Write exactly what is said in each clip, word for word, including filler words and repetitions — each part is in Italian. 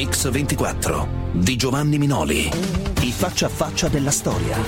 Mix ventiquattro di Giovanni Minoli. I faccia a faccia della storia.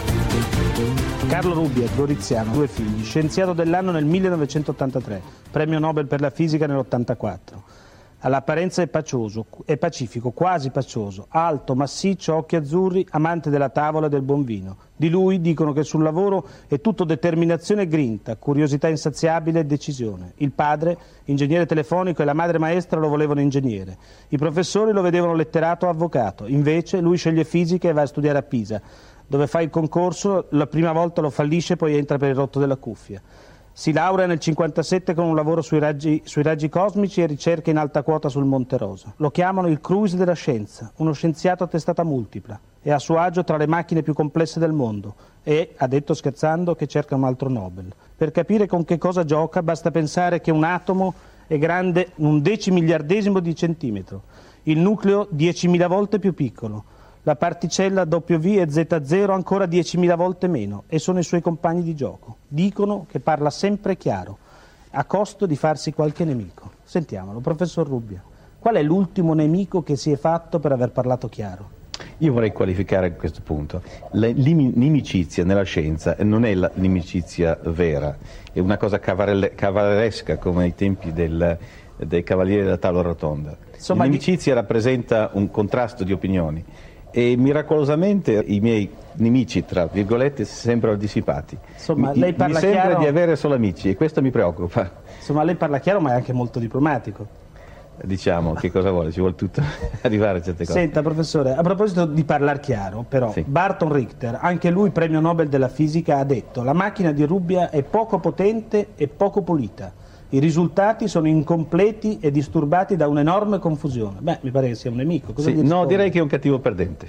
Carlo Rubbia, goriziano, due figli, scienziato dell'anno nel millenovecentottantatré, premio Nobel per la fisica nell'ottantaquattro. All'apparenza è pacioso, è pacifico, quasi pacioso, alto, massiccio, occhi azzurri, amante della tavola e del buon vino. Di lui dicono che sul lavoro è tutto determinazione e grinta, curiosità insaziabile e decisione. Il padre, ingegnere telefonico, e la madre maestra lo volevano ingegnere. I professori lo vedevano letterato o avvocato. Invece lui sceglie fisica e va a studiare a Pisa, dove fa il concorso, la prima volta lo fallisce, poi entra per il rotto della cuffia. Si laurea nel cinquantasette con un lavoro sui raggi, sui raggi cosmici e ricerche in alta quota sul Monte Rosa. Lo chiamano il Cruise della scienza, uno scienziato a testata multipla. È a suo agio tra le macchine più complesse del mondo e, ha detto scherzando, che cerca un altro Nobel. Per capire con che cosa gioca basta pensare che un atomo è grande un decimiliardesimo di centimetro, il nucleo diecimila volte più piccolo, la particella W e Z zero ancora diecimila volte meno, e sono i suoi compagni di gioco. Dicono che parla sempre chiaro, a costo di farsi qualche nemico. Sentiamolo, professor Rubbia. Qual è l'ultimo nemico che si è fatto per aver parlato chiaro? Io vorrei qualificare questo punto. L'inimicizia nella scienza non è l'inimicizia vera, è una cosa cavalleresca come ai tempi del, dei cavalieri della tavola rotonda. L'inimicizia di... rappresenta un contrasto di opinioni. E miracolosamente i miei nemici, tra virgolette, si sembrano dissipati. Insomma, mi, lei parla mi sembra chiaro... di avere solo amici e questo mi preoccupa. Insomma, lei parla chiaro ma è anche molto diplomatico. Diciamo, che cosa vuole? Ci vuole tutto arrivare a certe cose. Senta, professore, a proposito di parlar chiaro, però, sì. Barton Richter, anche lui premio Nobel della fisica, ha detto: la macchina di Rubbia è poco potente e poco pulita. I risultati sono incompleti e disturbati da un'enorme confusione. Beh, mi pare che sia un nemico. Cosa sì, no, direi che è un cattivo perdente.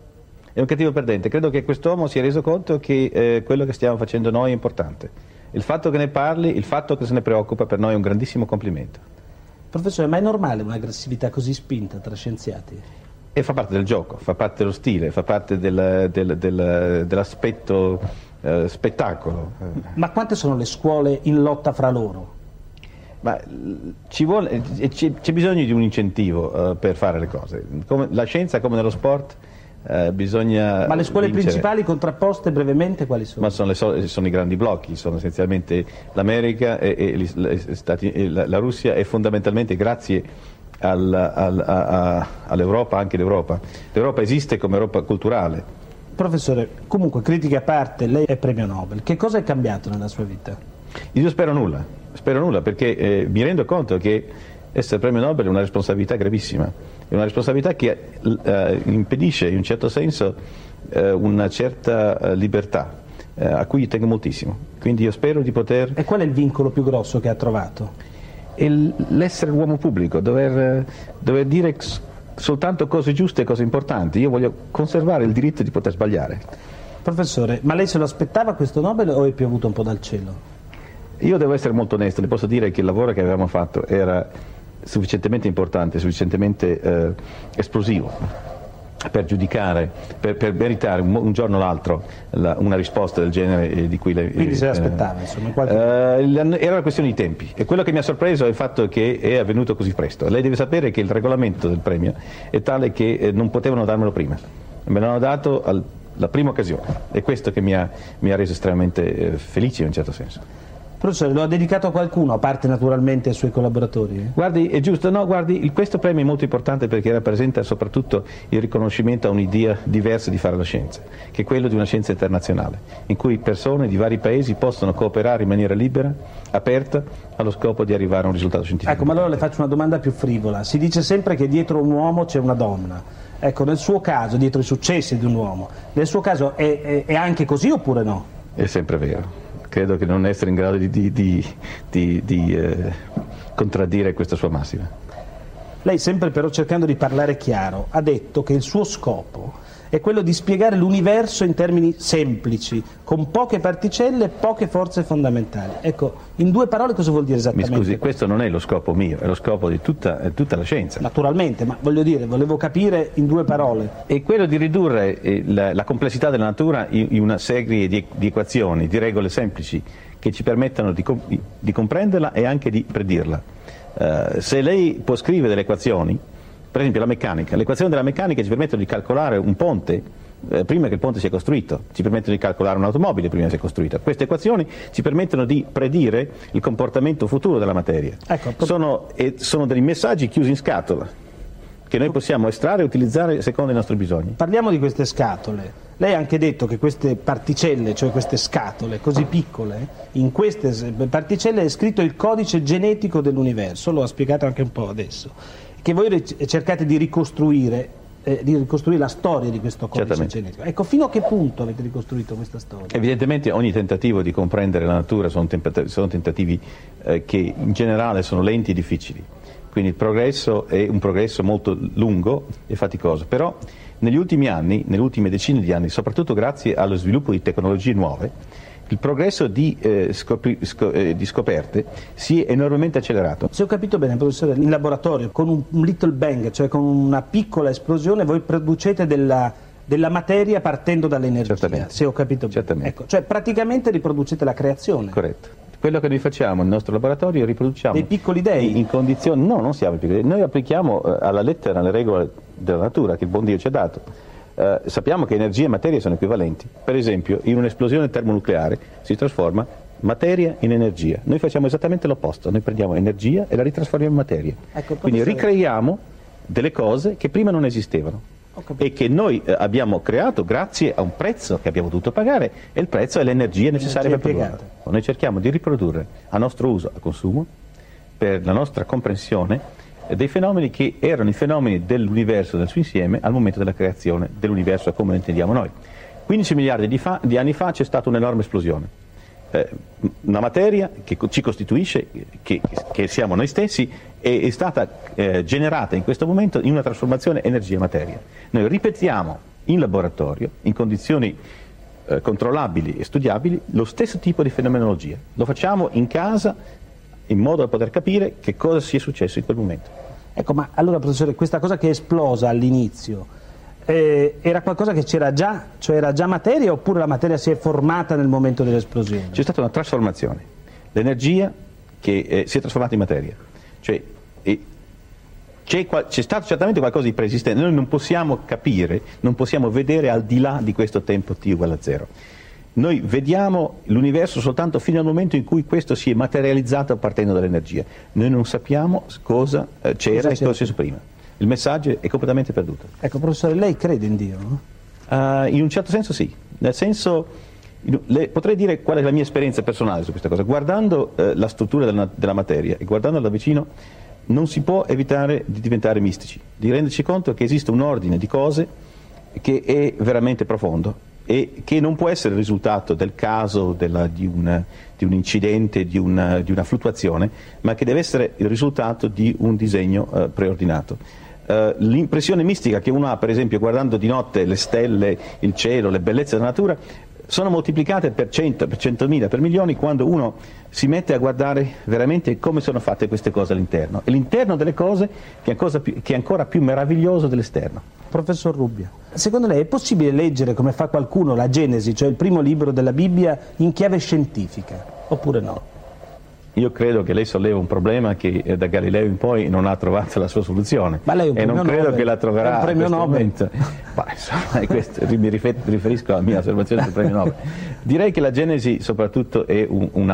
È un cattivo perdente. Credo che quest'uomo si è reso conto che eh, quello che stiamo facendo noi è importante. Il fatto che ne parli, il fatto che se ne preoccupa, per noi è un grandissimo complimento. Professore, ma è normale un'aggressività così spinta tra scienziati? E fa parte del gioco, fa parte dello stile, fa parte del, del, del, dell'aspetto eh, spettacolo. Ma quante sono le scuole in lotta fra loro? Ma ci vuole, c'è bisogno di un incentivo uh, per fare le cose. Come, la scienza, come nello sport, uh, bisogna. Ma le scuole vincere. Principali contrapposte brevemente quali sono? Ma sono, le, sono i grandi blocchi, sono essenzialmente l'America e, e, gli, gli Stati, e la, la Russia, e fondamentalmente grazie al, al, a, a, all'Europa, anche l'Europa. L'Europa esiste come Europa culturale. Professore, comunque, critiche a parte, lei è premio Nobel. Che cosa è cambiato nella sua vita? Io spero nulla, spero nulla perché eh, mi rendo conto che essere premio Nobel è una responsabilità gravissima, è una responsabilità che eh, impedisce in un certo senso eh, una certa eh, libertà eh, a cui tengo moltissimo, quindi io spero di poter... E qual è il vincolo più grosso che ha trovato? L'essere uomo pubblico, dover, dover dire soltanto cose giuste e cose importanti. Io voglio conservare il diritto di poter sbagliare. Professore, ma lei se lo aspettava questo Nobel o è piovuto un po' dal cielo? Io devo essere molto onesto, le posso dire che il lavoro che avevamo fatto era sufficientemente importante, sufficientemente eh, esplosivo per giudicare, per, per meritare un, un giorno o l'altro la, una risposta del genere eh, di cui lei... Quindi eh, se l'aspettava, insomma? In qualche... eh, era una questione di tempi, e quello che mi ha sorpreso è il fatto che è avvenuto così presto. Lei deve sapere che il regolamento del premio è tale che eh, non potevano darmelo prima, me l'hanno dato al, la prima occasione, è questo che mi ha, mi ha reso estremamente eh, felice in un certo senso. Professore, lo ha dedicato a qualcuno, a parte naturalmente ai suoi collaboratori? Guardi, è giusto, no, guardi, questo premio è molto importante perché rappresenta soprattutto il riconoscimento a un'idea diversa di fare la scienza, che è quello di una scienza internazionale, in cui persone di vari paesi possono cooperare in maniera libera, aperta, allo scopo di arrivare a un risultato scientifico. Ecco, ma allora le faccio una domanda più frivola. Si dice sempre che dietro un uomo c'è una donna. Ecco, nel suo caso, dietro i successi di un uomo, nel suo caso è, è, è anche così oppure no? È sempre vero. Credo che non essere in grado di, di, di, di, di eh, contraddire questa sua massima. Lei, sempre però cercando di parlare chiaro, ha detto che il suo scopo è quello di spiegare l'universo in termini semplici, con poche particelle e poche forze fondamentali. Ecco, in due parole cosa vuol dire esattamente? Mi scusi, questo non è lo scopo mio, è lo scopo di tutta, eh, tutta la scienza. Naturalmente, ma voglio dire, volevo capire in due parole. È quello di ridurre eh, la, la complessità della natura in, in una serie di, di equazioni, di regole semplici, che ci permettano di, di, di comprenderla e anche di predirla. Uh, se lei può scrivere delle equazioni, Per esempio la meccanica, l'equazione della meccanica ci permette di calcolare un ponte eh, prima che il ponte sia costruito, ci permettono di calcolare un'automobile prima che sia costruita. Queste equazioni ci permettono di predire il comportamento futuro della materia. Ecco, sono, e sono dei messaggi chiusi in scatola che noi possiamo estrarre e utilizzare secondo i nostri bisogni. Parliamo di queste scatole. Lei ha anche detto che queste particelle, cioè queste scatole così piccole, in queste particelle è scritto il codice genetico dell'universo, lo ha spiegato anche un po' adesso, che voi cercate di ricostruire, eh, di ricostruire la storia di questo codice Certamente. genetico. Ecco, fino a che punto avete ricostruito questa storia? Evidentemente ogni tentativo di comprendere la natura sono, sono tentativi eh, che in generale sono lenti e difficili, quindi il progresso è un progresso molto lungo e faticoso, però negli ultimi anni, nelle ultime decine di anni, soprattutto grazie allo sviluppo di tecnologie nuove, il progresso di, eh, scopri, sco, eh, di scoperte si è enormemente accelerato. Se ho capito bene, professore, in laboratorio con un, un little bang, cioè con una piccola esplosione, voi producete della, della materia partendo dall'energia. Certamente. Se ho capito bene. Certamente. Ecco, cioè praticamente riproducete la creazione. Corretto. Quello che noi facciamo nel nostro laboratorio riproduciamo dei piccoli dei in condizioni, no, non siamo piccoli, noi applichiamo eh, alla lettera le regole della natura che il buon Dio ci ha dato. Eh, sappiamo che energia e materia sono equivalenti. Per esempio, in un'esplosione termonucleare si trasforma materia in energia. Noi facciamo esattamente l'opposto, noi prendiamo energia e la ritrasformiamo in materia. Ecco, quindi ricreiamo delle cose che prima non esistevano e che noi eh, abbiamo creato grazie a un prezzo che abbiamo dovuto pagare, e il prezzo è l'energia necessaria per produrre. Noi cerchiamo di riprodurre a nostro uso, a consumo, per la nostra comprensione eh, dei fenomeni che erano i fenomeni dell'universo nel suo insieme al momento della creazione dell'universo come lo intendiamo noi. quindici miliardi di, fa, di anni fa c'è stata un'enorme esplosione. Eh, una materia che ci costituisce, che, che siamo noi stessi, è, è stata eh, generata in questo momento in una trasformazione energia-materia. Noi ripetiamo in laboratorio, in condizioni eh, controllabili e studiabili, lo stesso tipo di fenomenologia. Lo facciamo in casa in modo da poter capire che cosa sia successo in quel momento. Ecco, ma allora professore, questa cosa che è esplosa all'inizio, Eh, era qualcosa che c'era già, cioè era già materia, oppure la materia si è formata nel momento dell'esplosione? C'è stata una trasformazione, l'energia che eh, si è trasformata in materia, cioè eh, c'è, c'è stato certamente qualcosa di preesistente, noi non possiamo capire, non possiamo vedere al di là di questo tempo t uguale a zero. Noi vediamo l'universo soltanto fino al momento in cui questo si è materializzato partendo dall'energia. Noi non sappiamo cosa eh, c'era e cosa c'è su prima. Il messaggio è completamente perduto. Ecco, professore, lei crede in Dio, no? Uh, in un certo senso sì, nel senso, le, potrei dire qual è la mia esperienza personale su questa cosa. Guardando uh, la struttura della, della materia e guardandola da vicino, non si può evitare di diventare mistici, di renderci conto che esiste un ordine di cose che è veramente profondo e che non può essere il risultato del caso, della, di, un, di un incidente, di una, di una fluttuazione, ma che deve essere il risultato di un disegno uh, preordinato. Uh, l'impressione mistica che uno ha, per esempio, guardando di notte le stelle, il cielo, le bellezze della natura, sono moltiplicate per cento, per centomila, per milioni quando uno si mette a guardare veramente come sono fatte queste cose all'interno. E l'interno delle cose che è, ancora più, che è ancora più meraviglioso dell'esterno. Professor Rubbia, secondo lei è possibile leggere, come fa qualcuno, la Genesi, cioè il primo libro della Bibbia, in chiave scientifica, oppure no? Io credo che lei solleva un problema che eh, da Galileo in poi non ha trovato la sua soluzione. Ma lei è un e non credo Nobel. che la troverà È un premio a questo Nobel. momento. Ma insomma, è questo, mi riferisco alla mia osservazione sul premio Nobel. Direi che la Genesi soprattutto è un, un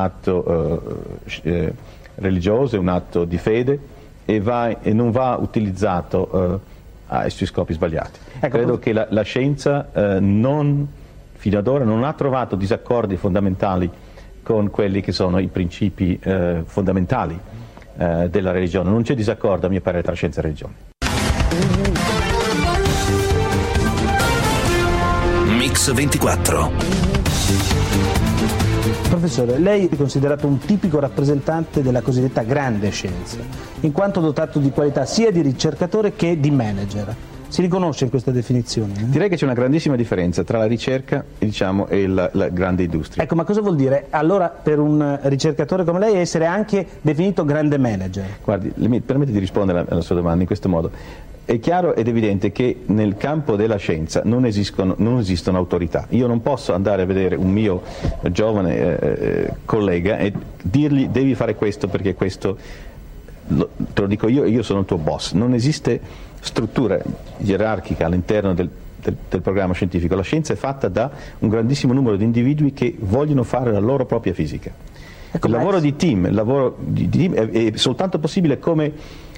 atto eh, eh, religioso, è un atto di fede e, va, e non va utilizzato eh, ai suoi scopi sbagliati. Ecco, credo poi... che la, la scienza eh, non, fino ad ora non ha trovato disaccordi fondamentali con quelli che sono i principi eh, fondamentali eh, della religione. Non c'è disaccordo, a mio parere, tra scienza e religione. Mix ventiquattro. Professore, lei è considerato un tipico rappresentante della cosiddetta grande scienza, in quanto dotato di qualità sia di ricercatore che di manager. Si riconosce in questa definizione? Eh? Direi che c'è una grandissima differenza tra la ricerca diciamo, e la, la grande industria. Ecco, ma cosa vuol dire allora per un ricercatore come lei essere anche definito grande manager? Guardi, mi permette di rispondere alla, alla sua domanda in questo modo. È chiaro ed evidente che nel campo della scienza non esistono, non esistono autorità. Io non posso andare a vedere un mio giovane eh, collega e dirgli devi fare questo perché questo lo, te lo dico io, io sono il tuo boss, non esiste struttura gerarchica all'interno del, del, del programma scientifico, la scienza è fatta da un grandissimo numero di individui che vogliono fare la loro propria fisica. Ecco, il lavoro di team, il lavoro di, di team è, è soltanto possibile come,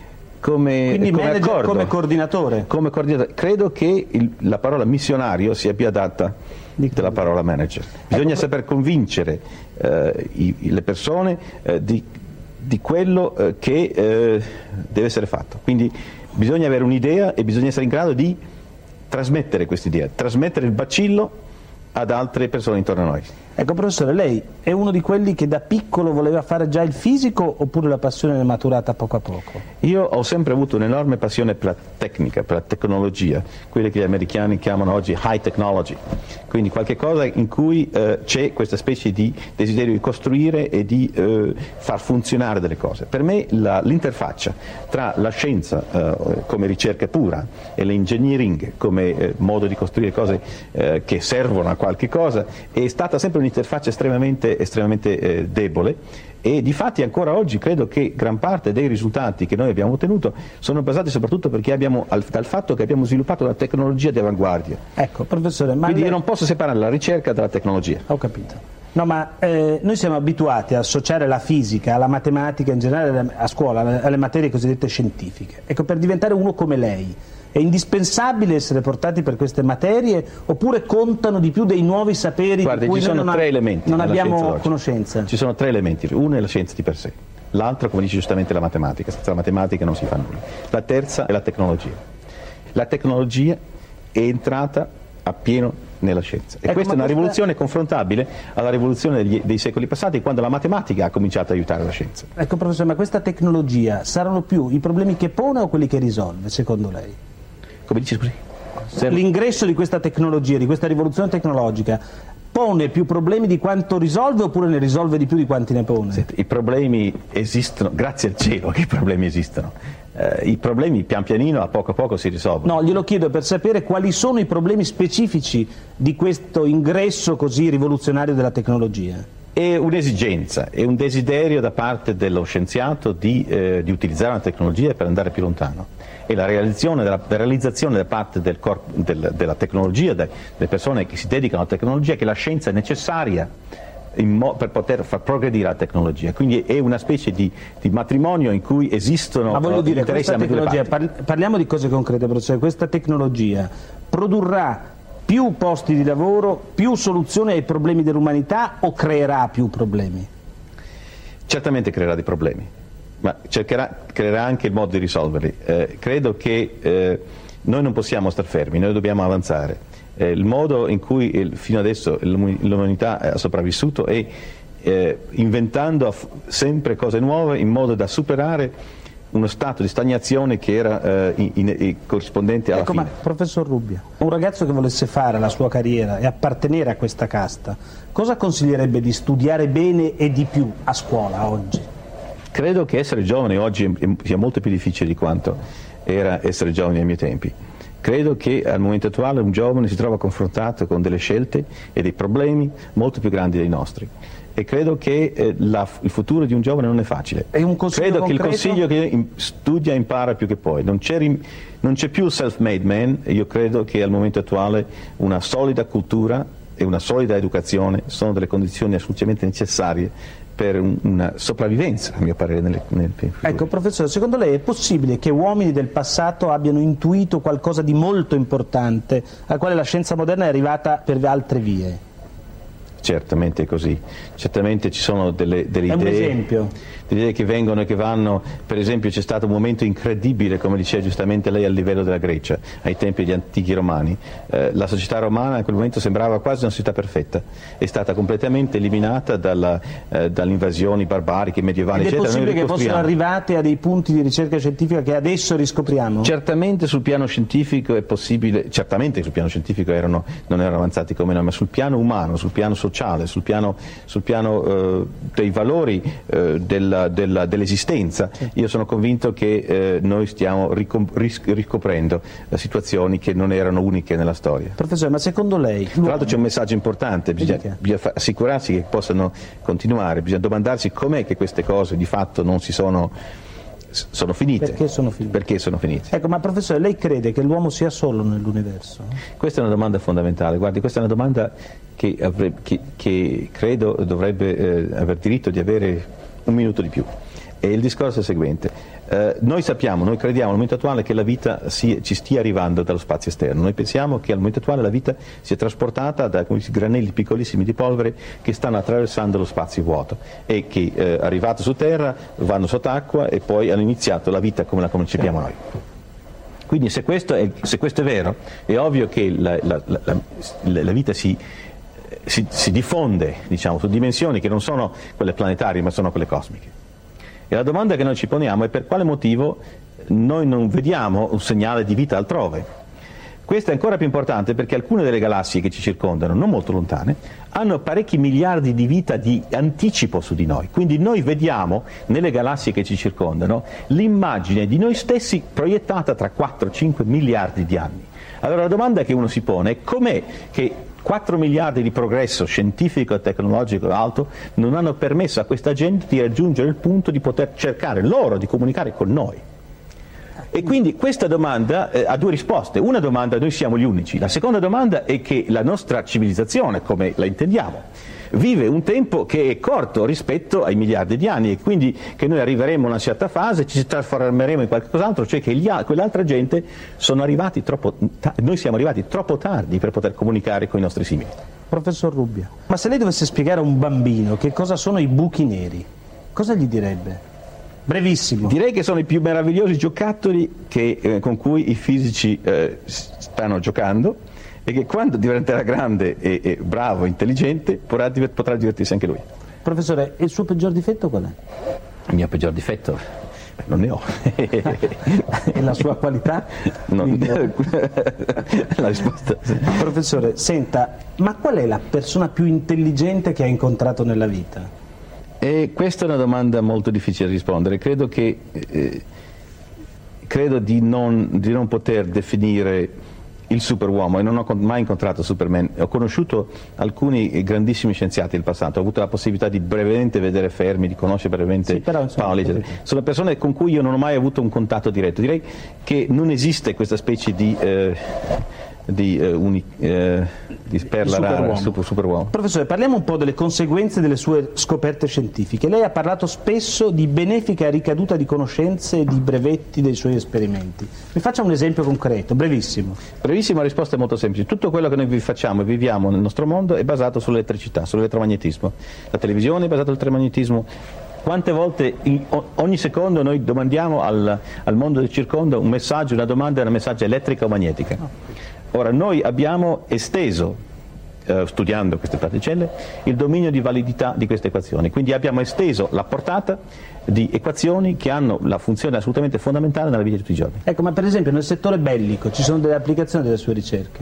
come, Quindi come manager, accordo, come coordinatore. come coordinatore. Credo che il, la parola missionario sia più adatta della parola manager. Bisogna ecco, saper convincere eh, i, le persone eh, di, di quello eh, che eh, deve essere fatto. Quindi bisogna avere un'idea e bisogna essere in grado di trasmettere quest'idea, trasmettere il bacillo ad altre persone intorno a noi. Ecco professore, lei è uno di quelli che da piccolo voleva fare già il fisico oppure la passione è maturata poco a poco? Io ho sempre avuto un'enorme passione per la tecnica, per la tecnologia, quelle che gli americani chiamano oggi high technology, quindi qualche cosa in cui eh, c'è questa specie di desiderio di costruire e di eh, far funzionare delle cose. Per me la, l'interfaccia tra la scienza eh, come ricerca pura e l'engineering come eh, modo di costruire cose eh, che servono a qualche cosa è stata sempre un'interfaccia estremamente, estremamente eh, debole e difatti ancora oggi credo che gran parte dei risultati che noi abbiamo ottenuto sono basati soprattutto perché abbiamo, al, dal fatto che abbiamo sviluppato una tecnologia di avanguardia. Ecco, professore, ma quindi lei... io non posso separare la ricerca dalla tecnologia. Ho capito. No, ma eh, noi siamo abituati a associare la fisica, la matematica in generale a scuola, alle materie cosiddette scientifiche. Ecco, per diventare uno come lei è indispensabile essere portati per queste materie oppure contano di più dei nuovi saperi Guardi, di cui ci sono non, tre elementi non abbiamo scienza conoscenza? Ci sono tre elementi, uno è la scienza di per sé, l'altro, come dice giustamente, la matematica, senza la matematica non si fa nulla, la terza è la tecnologia. La tecnologia è entrata appieno nella scienza e ecco, questa è una questa... rivoluzione confrontabile alla rivoluzione degli, dei secoli passati, quando la matematica ha cominciato ad aiutare la scienza. Ecco professore, ma questa tecnologia saranno più i problemi che pone o quelli che risolve, secondo lei? Come dici, scusi? L'ingresso di questa tecnologia, di questa rivoluzione tecnologica, pone più problemi di quanto risolve oppure ne risolve di più di quanti ne pone? Senti, i problemi esistono, grazie al cielo che i problemi esistono. Eh, I problemi pian pianino, a poco a poco si risolvono. No, glielo chiedo per sapere quali sono i problemi specifici di questo ingresso così rivoluzionario della tecnologia. È un'esigenza, è un desiderio da parte dello scienziato di, eh, di utilizzare la tecnologia per andare più lontano. E la realizzazione, della, la realizzazione da parte del corpo, del, della tecnologia, delle persone che si dedicano alla tecnologia, che la scienza è necessaria Mo- per poter far progredire la tecnologia, quindi è una specie di, di matrimonio in cui esistono Ma voglio dire, interessi questa tecnologia, parli- parliamo di cose concrete, professore, questa tecnologia produrrà più posti di lavoro, più soluzioni ai problemi dell'umanità o creerà più problemi? Certamente creerà dei problemi, ma cercherà, creerà anche il modo di risolverli. Eh, credo che eh, noi non possiamo star fermi, noi dobbiamo avanzare. Eh, il modo in cui il, fino adesso l'umanità ha sopravvissuto è eh, inventando sempre cose nuove in modo da superare uno stato di stagnazione che era eh, in, in, in, corrispondente alla ecco, fine. Ma, professor Rubbia, un ragazzo che volesse fare la sua carriera e appartenere a questa casta, cosa consiglierebbe di studiare bene e di più a scuola oggi? Credo che essere giovane oggi sia molto più difficile di quanto era essere giovane ai miei tempi. Credo che al momento attuale un giovane si trova confrontato con delle scelte e dei problemi molto più grandi dei nostri e credo che eh, la, il futuro di un giovane non è facile. E un consiglio credo concreto? Che il consiglio che in, studia e impara più che poi. Non c'è, non c'è più self-made man, e io credo che al momento attuale una solida cultura e una solida educazione sono delle condizioni assolutamente necessarie per un, una sopravvivenza, a mio parere, nel, nel futuro. Ecco, professore, secondo lei è possibile che uomini del passato abbiano intuito qualcosa di molto importante al quale la scienza moderna è arrivata per altre vie? Certamente è così, certamente ci sono delle, delle è idee, un esempio. delle idee che vengono e che vanno. Per esempio c'è stato un momento incredibile, come diceva giustamente lei, al livello della Grecia, ai tempi degli antichi romani. Eh, la società romana in quel momento sembrava quasi una società perfetta, è stata completamente eliminata dalla, eh, dalle invasioni barbariche, medievali, Ed è eccetera. possibile che fossero arrivate a dei punti di ricerca scientifica che adesso riscopriamo? Certamente sul piano scientifico è possibile, certamente sul piano scientifico erano, non erano avanzati come noi, ma sul piano umano, sul piano sociale, sul piano, sul piano eh, dei valori eh, della, della, dell'esistenza, io sono convinto che eh, noi stiamo riscoprendo situazioni che non erano uniche nella storia. Professore, ma secondo lei... Tra l'altro c'è un messaggio importante, bisogna, bisogna assicurarsi che possano continuare, bisogna domandarsi com'è che queste cose di fatto non si sono sono finite. Perché sono finite? Perché sono finite. Ecco, ma professore, lei crede che l'uomo sia solo nell'universo? Questa è una domanda fondamentale, guardi, questa è una domanda che, avrebbe, che, che credo dovrebbe eh, aver diritto di avere un minuto di più. E il discorso è il seguente. Eh, noi sappiamo, noi crediamo al momento attuale che la vita si, ci stia arrivando dallo spazio esterno. Noi pensiamo che al momento attuale la vita sia trasportata da come si, granelli piccolissimi di polvere che stanno attraversando lo spazio vuoto e che eh, arrivati su Terra vanno sott'acqua e poi hanno iniziato la vita come la concepiamo noi. Quindi se questo è, se questo è vero, è ovvio che la, la, la, la, la vita si, si, si diffonde, diciamo, su dimensioni che non sono quelle planetarie ma sono quelle cosmiche. E la domanda che noi ci poniamo è per quale motivo noi non vediamo un segnale di vita altrove. Questo è ancora più importante perché alcune delle galassie che ci circondano, non molto lontane, hanno parecchi miliardi di vita di anticipo su di noi. Quindi noi vediamo nelle galassie che ci circondano l'immagine di noi stessi proiettata tra quattro cinque miliardi di anni. Allora la domanda che uno si pone è com'è che quattro miliardi di progresso scientifico e tecnologico alto non hanno permesso a questa gente di raggiungere il punto di poter cercare loro di comunicare con noi. E quindi questa domanda eh, ha due risposte. Una domanda: noi siamo gli unici. La seconda domanda è che la nostra civilizzazione, come la intendiamo, vive un tempo che è corto rispetto ai miliardi di anni e quindi che noi arriveremo a una certa fase, ci trasformeremo in qualcos'altro, cioè che gli, quell'altra gente sono arrivati troppo, noi siamo arrivati troppo tardi per poter comunicare con i nostri simili. Professor Rubbia, ma se lei dovesse spiegare a un bambino che cosa sono i buchi neri, cosa gli direbbe? Brevissimo. Direi che sono i più meravigliosi giocattoli che, eh, con cui i fisici eh, stanno giocando e che quando diventerà grande e, e bravo, intelligente, potrà, potrà divertirsi anche lui. Professore, e il suo peggior difetto qual è? Il mio peggior difetto? Non ne ho. E la sua qualità? No. La risposta. Professore, senta, ma qual è la persona più intelligente che ha incontrato nella vita? E questa è una domanda molto difficile da rispondere. Credo che eh, credo di non, di non poter definire il superuomo, e non ho mai incontrato Superman. Ho conosciuto alcuni grandissimi scienziati del passato, ho avuto la possibilità di brevemente vedere Fermi, di conoscere brevemente sì, Paolo, eccetera. Sono persone con cui io non ho mai avuto un contatto diretto. Direi che non esiste questa specie di eh, di, eh, uni, eh, di perla rara, super, superuomo. Professore, parliamo un po' delle conseguenze delle sue scoperte scientifiche. Lei ha parlato spesso di benefica ricaduta di conoscenze e di brevetti dei suoi esperimenti. Mi faccia un esempio concreto, brevissimo. Brevissima, la risposta è molto semplice. Tutto quello che noi vi facciamo e viviamo nel nostro mondo è basato sull'elettricità, sull'elettromagnetismo. La televisione è basata sull'elettromagnetismo. Quante volte, in, ogni secondo noi domandiamo al, al mondo che circonda un messaggio, una domanda, una messaggio elettrica o magnetica. Ora, noi abbiamo esteso, eh, studiando queste particelle, il dominio di validità di queste equazioni, quindi abbiamo esteso la portata di equazioni che hanno la funzione assolutamente fondamentale nella vita di tutti i giorni. Ecco, ma per esempio nel settore bellico ci sono delle applicazioni delle sue ricerche?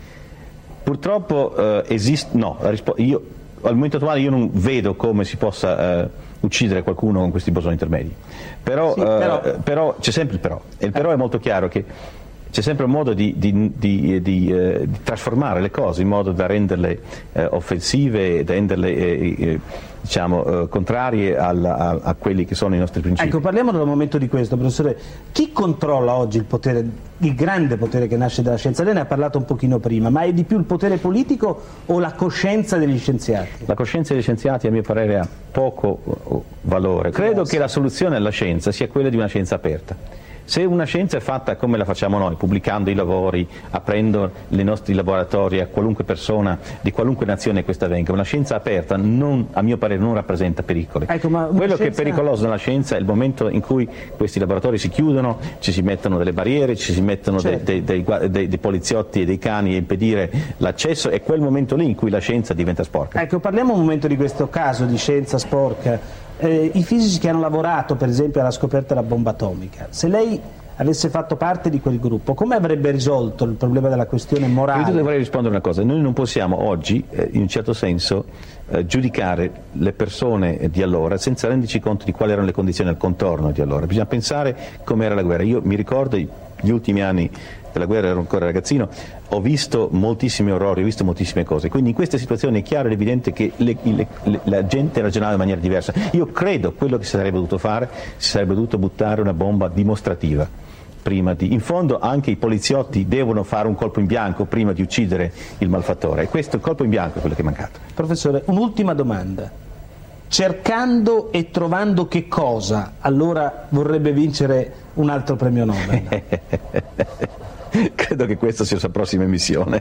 Purtroppo eh, esiste, no, la rispo- io, al momento attuale io non vedo come si possa eh, uccidere qualcuno con questi bosoni intermedi, però, sì, però... Eh, però c'è sempre il però, e il però è molto chiaro che c'è sempre un modo di, di, di, di, eh, di trasformare le cose in modo da renderle eh, offensive, da renderle eh, eh, diciamo, eh, contrarie alla, a, a quelli che sono i nostri principi. Ecco, parliamo del momento di questo, professore. Chi controlla oggi il potere, il grande potere che nasce dalla scienza? Lei ne ha parlato un pochino prima, ma è di più il potere politico o la coscienza degli scienziati? La coscienza degli scienziati, a mio parere, ha poco valore. Credo che la soluzione alla scienza sia quella di una scienza aperta. Se una scienza è fatta come la facciamo noi, pubblicando i lavori, aprendo i nostri laboratori a qualunque persona di qualunque nazione questa venga, una scienza aperta non, a mio parere non rappresenta pericoli. Ecco, ma quello scienza... che è pericoloso nella scienza è il momento in cui questi laboratori si chiudono, ci si mettono delle barriere, ci si mettono certo. dei, dei, dei, dei, dei poliziotti e dei cani a impedire l'accesso, è quel momento lì in cui la scienza diventa sporca. Ecco, parliamo un momento di questo caso di scienza sporca. Eh, I fisici che hanno lavorato per esempio alla scoperta della bomba atomica, se lei avesse fatto parte di quel gruppo, come avrebbe risolto il problema della questione morale? Io vorrei rispondere una cosa: noi non possiamo oggi, eh, in un certo senso, eh, giudicare le persone di allora senza renderci conto di quali erano le condizioni al contorno di allora. Bisogna pensare com'era la guerra. Io mi ricordo gli ultimi anni della guerra, ero ancora ragazzino, ho visto moltissimi orrori, ho visto moltissime cose, quindi in queste situazioni è chiaro ed evidente che le, le, le, la gente ragionava in maniera diversa. Io credo quello che si sarebbe dovuto fare, si sarebbe dovuto buttare una bomba dimostrativa prima di, in fondo anche i poliziotti devono fare un colpo in bianco prima di uccidere il malfattore, e questo, il colpo in bianco, è quello che è mancato. Professore, un'ultima domanda: cercando e trovando che cosa allora vorrebbe vincere un altro premio Nobel? Credo che questa sia la sua prossima missione.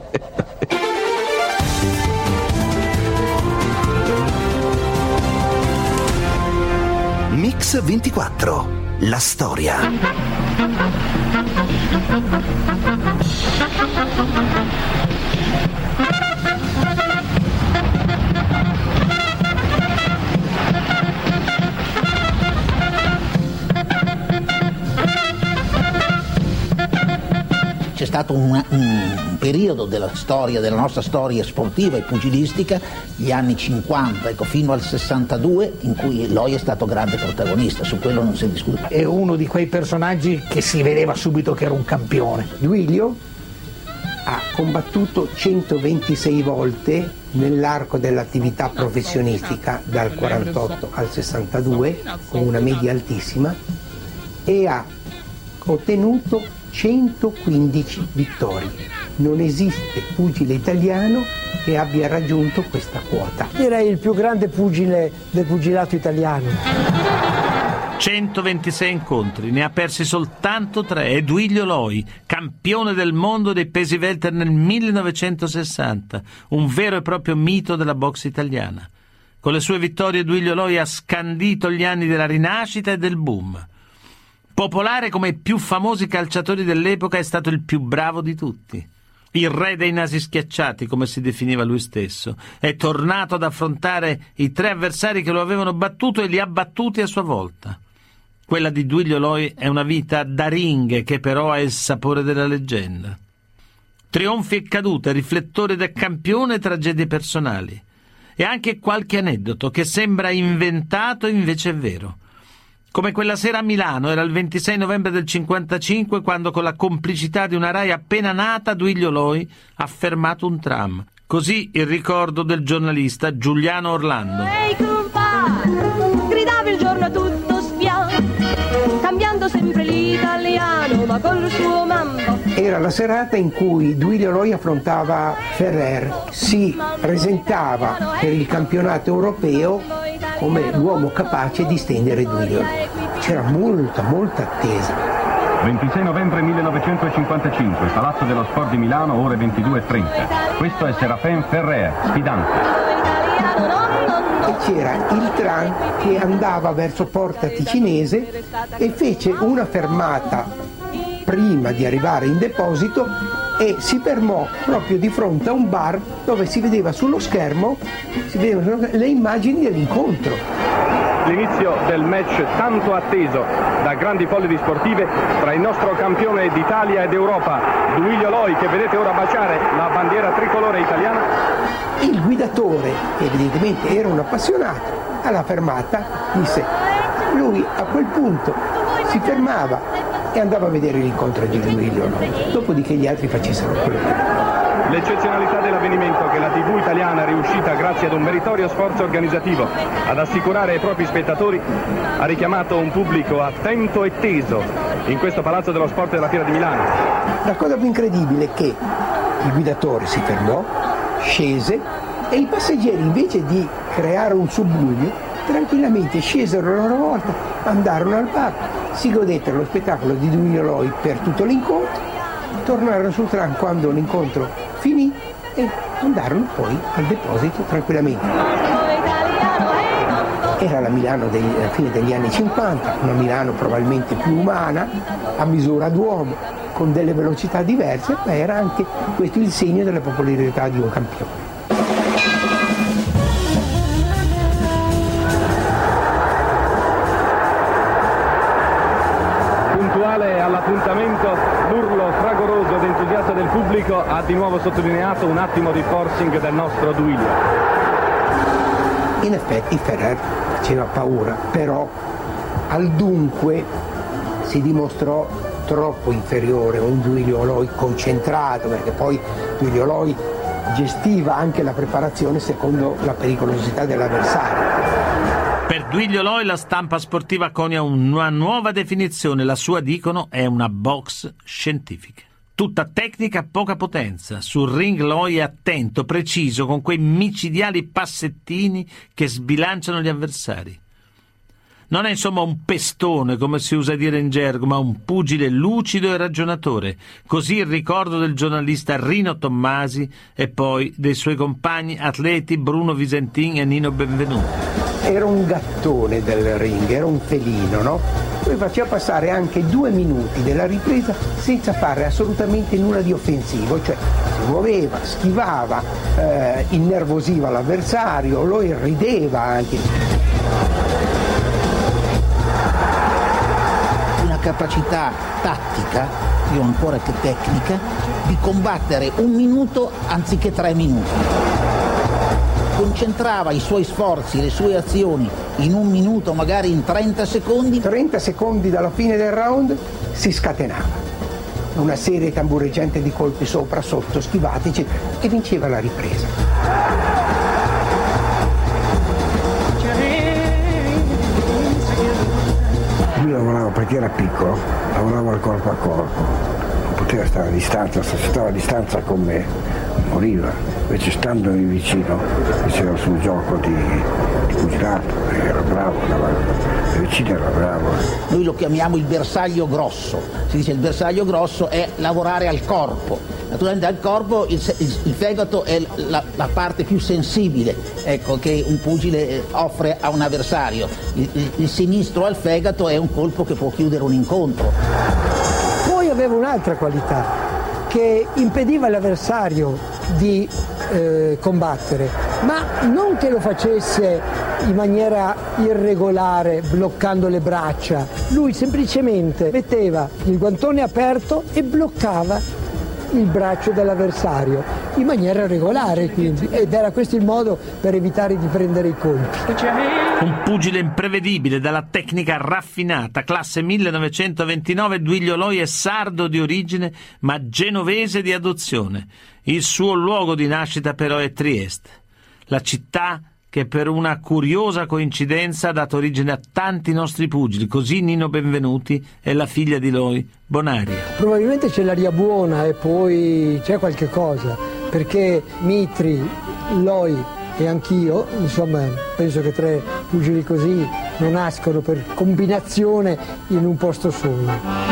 Mix ventiquattro, la storia. C'è stato un, un periodo della storia, della nostra storia sportiva e pugilistica, gli anni cinquanta, ecco, fino al sessantadue, in cui Loi è stato grande protagonista, su quello non si discute. È uno di quei personaggi che si vedeva subito che era un campione. Duilio ha combattuto centoventisei volte nell'arco dell'attività professionistica dal quarantotto al sessantadue, con una media altissima, e ha ottenuto centoquindici vittorie. Non esiste pugile italiano che abbia raggiunto questa quota. Direi il più grande pugile del pugilato italiano. centoventisei incontri, ne ha persi soltanto tre. È Duilio Loi, campione del mondo dei pesi welter nel millenovecentosessanta, un vero e proprio mito della boxe italiana. Con le sue vittorie Duilio Loi ha scandito gli anni della rinascita e del boom. Popolare come i più famosi calciatori dell'epoca, è stato il più bravo di tutti. Il re dei nasi schiacciati, come si definiva lui stesso. È tornato ad affrontare i tre avversari che lo avevano battuto e li ha battuti a sua volta. Quella di Duilio Loi è una vita da ring che però ha il sapore della leggenda. Trionfi e cadute, riflettori da campione e tragedie personali. E anche qualche aneddoto che sembra inventato e invece è vero. Come quella sera a Milano, era il ventisei novembre del cinquantacinque, quando con la complicità di una Rai appena nata Duilio Loi ha fermato un tram. Così il ricordo del giornalista Giuliano Orlando. Ehi compà, gridava il giorno tutto spiano, cambiando sempre l'italiano, ma col suo mambo. Era la serata in cui Duilio Loi affrontava Ferrer, si presentava per il campionato europeo come l'uomo capace di stendere Duilio Loi. C'era molta, molta attesa. ventisei novembre millenovecentocinquantacinque, Palazzo dello Sport di Milano, ore ventidue e trenta. Questo è Séraphin Ferrer, sfidante. E c'era il tram che andava verso Porta Ticinese e fece una fermata prima di arrivare in deposito e si fermò proprio di fronte a un bar dove si vedeva sullo schermo si vedevano le immagini dell'incontro. L'inizio del match tanto atteso da grandi folli sportive tra il nostro campione d'Italia e d'Europa, Duilio Loi, che vedete ora baciare la bandiera tricolore italiana. Il guidatore, che evidentemente era un appassionato, alla fermata disse, lui a quel punto si fermava e andava a vedere l'incontro di Duilio Loi, dopodiché gli altri facessero quello che volevano. L'eccezionalità dell'avvenimento che la tivù italiana è riuscita, grazie ad un meritorio sforzo organizzativo, ad assicurare ai propri spettatori, ha richiamato un pubblico attento e teso in questo Palazzo dello Sport della Fiera di Milano. La cosa più incredibile è che il guidatore si fermò, scese e i passeggeri, invece di creare un subbuglio, tranquillamente scesero a loro volta, andarono al bar, si godettero lo spettacolo di Duilio Loi per tutto l'incontro, tornarono sul tram quando l'incontro finì e andarono poi al deposito tranquillamente. Era la Milano della fine degli anni cinquanta, una Milano probabilmente più umana, a misura d'uomo, con delle velocità diverse, ma era anche questo il segno della popolarità di un campione. All'appuntamento, l'urlo fragoroso ed entusiasta del pubblico ha di nuovo sottolineato un attimo di forcing del nostro Duilio. In effetti Ferrer faceva paura, però al dunque si dimostrò troppo inferiore a un Duilio Loi concentrato, perché poi Duilio Loi gestiva anche la preparazione secondo la pericolosità dell'avversario. Per Duilio Loi la stampa sportiva conia una nuova definizione, la sua, dicono, è una box scientifica. Tutta tecnica, poca potenza. Sul ring Loi è attento, preciso, con quei micidiali passettini che sbilanciano gli avversari. Non è insomma un pestone, come si usa dire in gergo, ma un pugile lucido e ragionatore. Così il ricordo del giornalista Rino Tommasi e poi dei suoi compagni atleti Bruno Visentin e Nino Benvenuti. Era un gattone del ring, era un felino, no? Lui faceva passare anche due minuti della ripresa senza fare assolutamente nulla di offensivo, cioè si muoveva, schivava, eh, innervosiva l'avversario, lo irrideva anche. Capacità tattica, più ancora che tecnica, di combattere un minuto anziché tre minuti. Concentrava i suoi sforzi, le sue azioni in un minuto, magari in trenta secondi. trenta secondi dalla fine del round si scatenava. Una serie tambureggiante di colpi sopra, sotto, schivati, e vinceva la ripresa. Lui lavorava perché era piccolo, lavorava al corpo a corpo, non poteva stare a distanza, se stava a distanza con me moriva, invece standomi vicino faceva sul gioco di, di pugilato, era bravo, andava vicino, era bravo. Noi lo chiamiamo il bersaglio grosso, si dice il bersaglio grosso è lavorare al corpo. Naturalmente al corpo il, il, il fegato è la, la parte più sensibile, ecco, che un pugile offre a un avversario. Il, il, il sinistro al fegato è un colpo che può chiudere un incontro. Poi aveva un'altra qualità, che impediva all'avversario di eh, combattere, ma non che lo facesse in maniera irregolare, bloccando le braccia. Lui semplicemente metteva il guantone aperto e bloccava il braccio dell'avversario in maniera regolare, quindi, ed era questo il modo per evitare di prendere i colpi. Un pugile imprevedibile, dalla tecnica raffinata, classe millenovecentoventinove. Duilio Loi è sardo di origine ma genovese di adozione. Il suo luogo di nascita però è Trieste, la città che per una curiosa coincidenza ha dato origine a tanti nostri pugili, così Nino Benvenuti e la figlia di Loi, Bonaria. Probabilmente c'è l'aria buona e poi c'è qualche cosa, perché Mitri, Loi e anch'io, insomma, penso che tre pugili così non nascono per combinazione in un posto solo.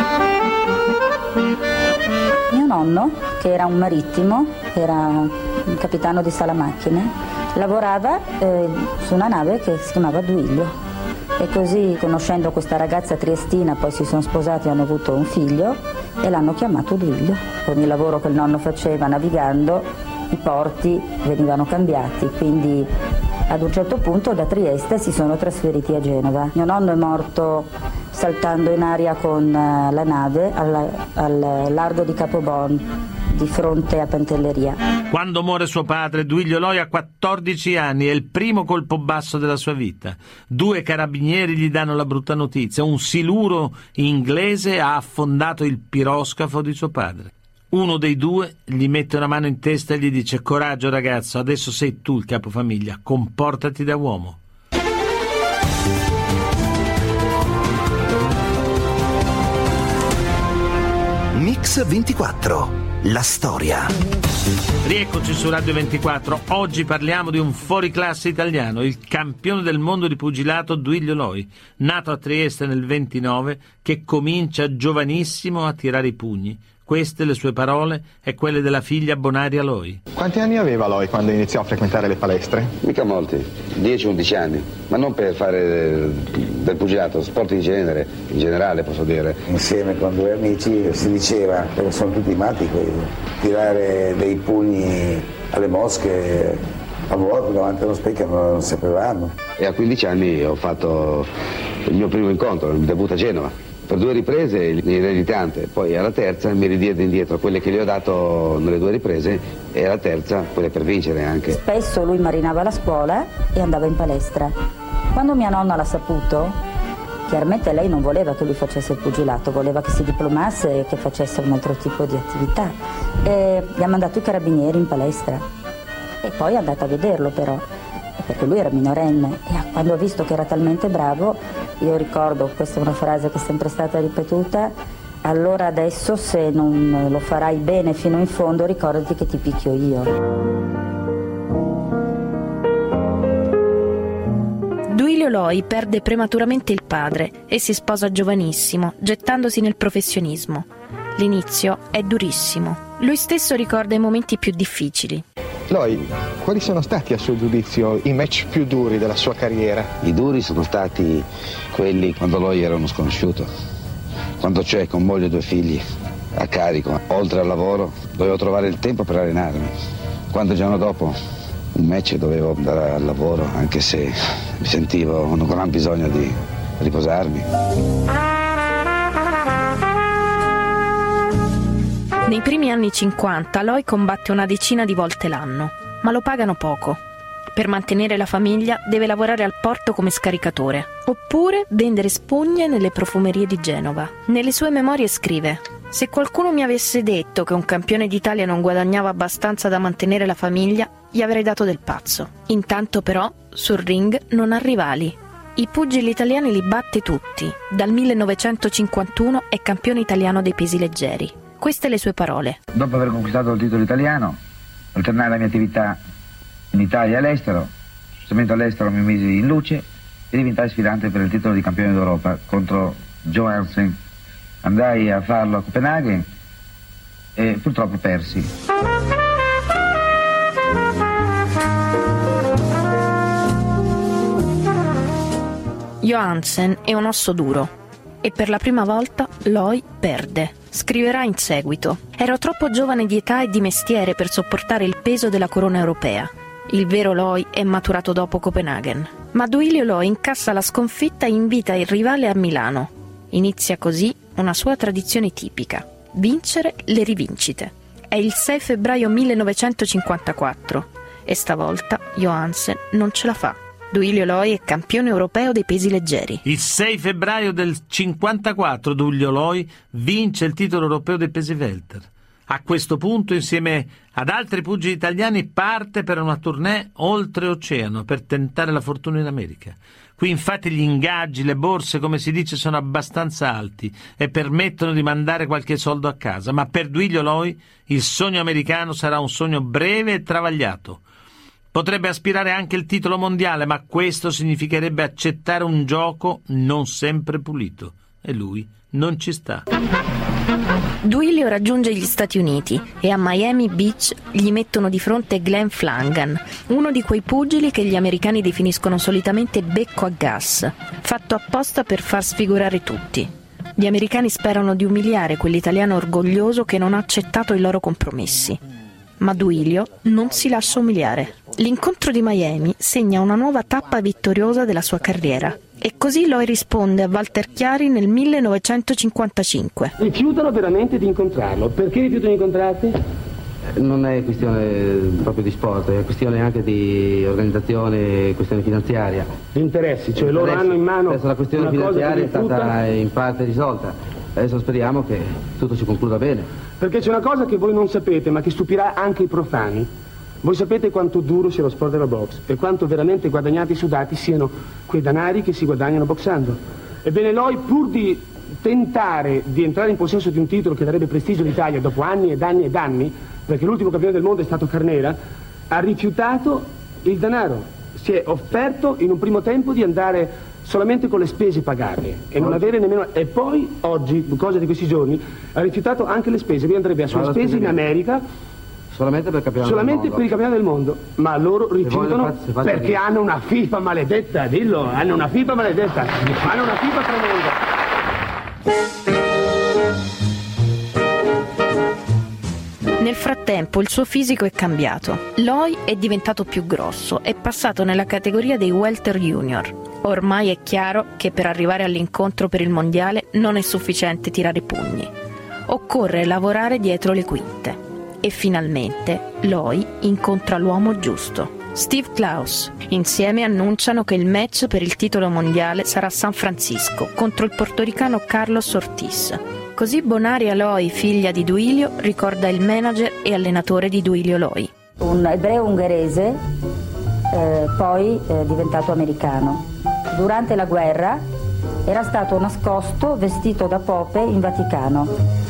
Mio nonno, che era un marittimo, era un capitano di sala macchine, lavorava eh, su una nave che si chiamava Duilio, e così, conoscendo questa ragazza triestina, poi si sono sposati e hanno avuto un figlio e l'hanno chiamato Duilio. Con il lavoro che il nonno faceva navigando, i porti venivano cambiati, quindi ad un certo punto da Trieste si sono trasferiti a Genova. Mio nonno è morto saltando in aria con la nave al, al largo di Capobon, di fronte a Pantelleria. Quando muore suo padre, Duilio Loi ha quattordici anni, è il primo colpo basso della sua vita. Due carabinieri gli danno la brutta notizia: un siluro inglese ha affondato il piroscafo di suo padre. Uno dei due gli mette una mano in testa e gli dice: coraggio ragazzo, adesso sei tu il capofamiglia, comportati da uomo. Mix ventiquattro, la storia. Rieccoci su Radio ventiquattro. Oggi parliamo di un fuoriclasse italiano, il campione del mondo di pugilato Duilio Loi, nato a Trieste nel ventinove, che comincia giovanissimo a tirare i pugni. Queste le sue parole e quelle della figlia Bonaria Loi. Quanti anni aveva Loi quando iniziò a frequentare le palestre? Mica molti, dieci undici anni, ma non per fare del pugilato, sport in genere, in generale posso dire. Insieme con due amici si diceva, perché sono tutti matti quelli, tirare dei pugni alle mosche a vuoto davanti allo specchio non sapevamo. E a quindici anni ho fatto il mio primo incontro, il debutto a Genova. Per due riprese ineritante, poi alla terza mi ridiede indietro quelle che gli ho dato nelle due riprese e alla terza quelle per vincere anche. Spesso lui marinava la scuola e andava in palestra. Quando mia nonna l'ha saputo, Chiaramente lei non voleva che lui facesse il pugilato, voleva che si diplomasse e che facesse un altro tipo di attività. E gli ha mandato i carabinieri in palestra e poi è andata a vederlo però, perché lui era minorenne e quando ha visto che era talmente bravo, io ricordo, questa è una frase che è sempre stata ripetuta: allora adesso se non lo farai bene fino in fondo ricordati che ti picchio io. Duilio Loi perde prematuramente il padre e si sposa giovanissimo, gettandosi nel professionismo. L'inizio è durissimo. Lui stesso ricorda i momenti più difficili. Loi, quali sono stati a suo giudizio i match più duri della sua carriera? I duri sono stati quelli quando Loi era uno sconosciuto, quando cioè con moglie e due figli a carico, oltre al lavoro, dovevo trovare il tempo per allenarmi. Quando il giorno dopo un match dovevo andare al lavoro, anche se mi sentivo un gran bisogno di riposarmi. Nei primi anni cinquanta Loi combatte una decina di volte l'anno, ma lo pagano poco. Per mantenere la famiglia deve lavorare al porto come scaricatore, oppure vendere spugne nelle profumerie di Genova. Nelle sue memorie scrive: se qualcuno mi avesse detto che un campione d'Italia non guadagnava abbastanza da mantenere la famiglia, gli avrei dato del pazzo. Intanto però sul ring non ha rivali. I pugili italiani li batte tutti. Dal millenovecentocinquantuno è campione italiano dei pesi leggeri. Queste le sue parole. Dopo aver conquistato il titolo italiano, alternai la mia attività in Italia e all'estero. Giustamente all'estero mi misi in luce e diventai sfidante per il titolo di campione d'Europa contro Joe Hansen. Andai a farlo a Copenaghen e purtroppo persi. Johansen è un osso duro e per la prima volta Loi perde. Scriverà in seguito: ero troppo giovane di età e di mestiere per sopportare il peso della corona europea. Il vero Loi è maturato dopo Copenaghen. Ma Duilio Loi incassa la sconfitta e invita il rivale a Milano. Inizia così una sua tradizione tipica: vincere le rivincite. È il sei febbraio millenovecentocinquantaquattro e stavolta Johansen non ce la fa. Duilio Loi è campione europeo dei pesi leggeri. Il sei febbraio del cinquantaquattro Duilio Loi vince il titolo europeo dei pesi welter. A questo punto, insieme ad altri pugili italiani, parte per una tournée oltreoceano per tentare la fortuna in America. Qui infatti gli ingaggi, le borse, come si dice, sono abbastanza alti e permettono di mandare qualche soldo a casa, ma per Duilio Loi il sogno americano sarà un sogno breve e travagliato. Potrebbe aspirare anche il titolo mondiale, ma questo significherebbe accettare un gioco non sempre pulito e lui non ci sta. Duilio raggiunge gli Stati Uniti e a Miami Beach gli mettono di fronte Glenn Flanagan, uno di quei pugili che gli americani definiscono solitamente becco a gas, fatto apposta per far sfigurare tutti. Gli americani sperano di umiliare quell'italiano orgoglioso che non ha accettato i loro compromessi. Ma Duilio non si lascia umiliare. L'incontro di Miami segna una nuova tappa vittoriosa della sua carriera. E così Loi risponde a Walter Chiari nel millenovecentocinquantacinque. Rifiutano veramente di incontrarlo. Perché rifiutano di incontrarti? Non è questione proprio di sport, è questione anche di organizzazione, questione finanziaria. Gli interessi, cioè loro hanno in mano adesso la questione una cosa finanziaria che è stata in parte risolta. Adesso speriamo che tutto si concluda bene. Perché c'è una cosa che voi non sapete, ma che stupirà anche i profani. Voi sapete quanto duro sia lo sport della box e quanto veramente guadagnati e sudati siano quei danari che si guadagnano boxando. Ebbene Loi, pur di tentare di entrare in possesso di un titolo che darebbe prestigio all'Italia dopo anni ed anni ed anni, perché l'ultimo campione del mondo è stato Carnera, ha rifiutato il denaro. Si è offerto in un primo tempo di andare solamente con le spese pagate e non avere nemmeno. E poi oggi, cosa di questi giorni, ha rifiutato anche le spese. Lui andrebbe a sue spese in America solamente per, solamente per il campionato del mondo, ma loro rifiutano faccio, faccio perché dire. hanno una FIFA maledetta, dillo, hanno una FIFA maledetta, hanno una FIFA tremenda. Nel frattempo il suo fisico è cambiato. Loi è diventato più grosso, è passato nella categoria dei welter junior. Ormai è chiaro che per arrivare all'incontro per il mondiale non è sufficiente tirare pugni. Occorre lavorare dietro le quinte. E finalmente Loi incontra l'uomo giusto. Steve Klaus. Insieme annunciano che il match per il titolo mondiale sarà a San Francisco contro il portoricano Carlos Ortiz. Così Bonaria Loi, figlia di Duilio, ricorda il manager e allenatore di Duilio Loi. Un ebreo ungherese, eh, poi eh, diventato americano. Durante la guerra era stato nascosto vestito da Pope in Vaticano.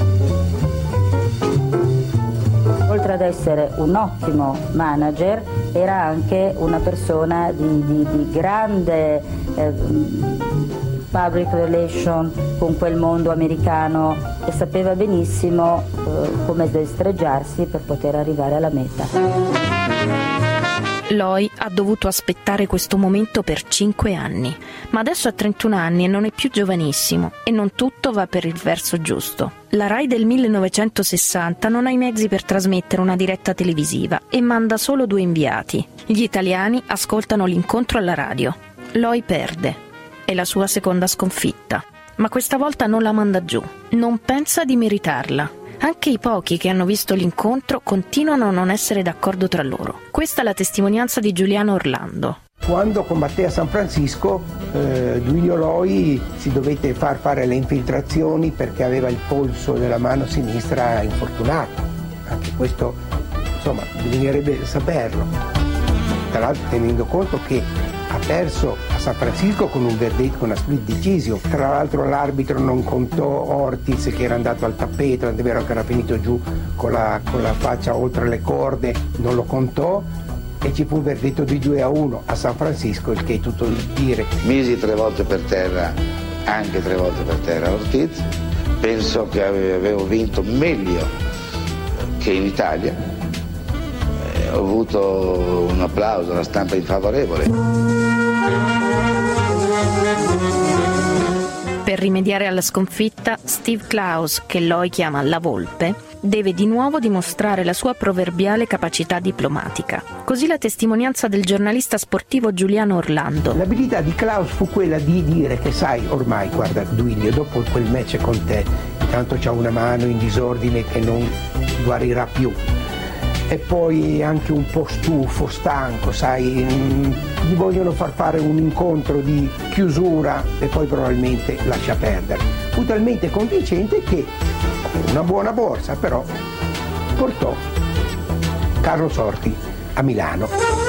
Oltre ad essere un ottimo manager, era anche una persona di, di, di grande eh, public relation con quel mondo americano e sapeva benissimo eh, come destreggiarsi per poter arrivare alla meta. Loi ha dovuto aspettare questo momento per cinque anni, ma adesso ha trentuno anni e non è più giovanissimo e non tutto va per il verso giusto. La Rai del millenovecentosessanta non ha i mezzi per trasmettere una diretta televisiva e manda solo due inviati. Gli italiani ascoltano l'incontro alla radio. Loi perde. È la sua seconda sconfitta. Ma questa volta non la manda giù. Non pensa di meritarla. Anche i pochi che hanno visto l'incontro continuano a non essere d'accordo tra loro. Questa è la testimonianza di Giuliano Orlando. Quando combatté a San Francisco, eh, Duilio Loi si dovette far fare le infiltrazioni perché aveva il polso della mano sinistra infortunato. Anche questo, insomma, bisognerebbe saperlo. Tra l'altro tenendo conto che ha perso a San Francisco con un verdetto, con una split decision. Tra l'altro l'arbitro non contò Ortiz che era andato al tappeto, è vero che era finito giù con la, con la faccia oltre le corde, non lo contò e ci fu un verdetto di due a uno a San Francisco, il che è tutto il dire. Misi tre volte per terra, anche tre volte per terra Ortiz. Penso che avevo vinto meglio che in Italia. Ho avuto un applauso, una stampa infavorevole. Per rimediare alla sconfitta, Steve Klaus, che Loi chiama la Volpe, deve di nuovo dimostrare la sua proverbiale capacità diplomatica. Così la testimonianza del giornalista sportivo Giuliano Orlando. L'abilità di Klaus fu quella di dire che sai, ormai, guarda Duilio, dopo quel match con te, intanto c'ha una mano in disordine che non guarirà più. E poi anche un po' stufo, stanco, sai, gli vogliono far fare un incontro di chiusura e poi probabilmente lascia perdere. Fu talmente convincente che una buona borsa però portò Carlo Sorti a Milano.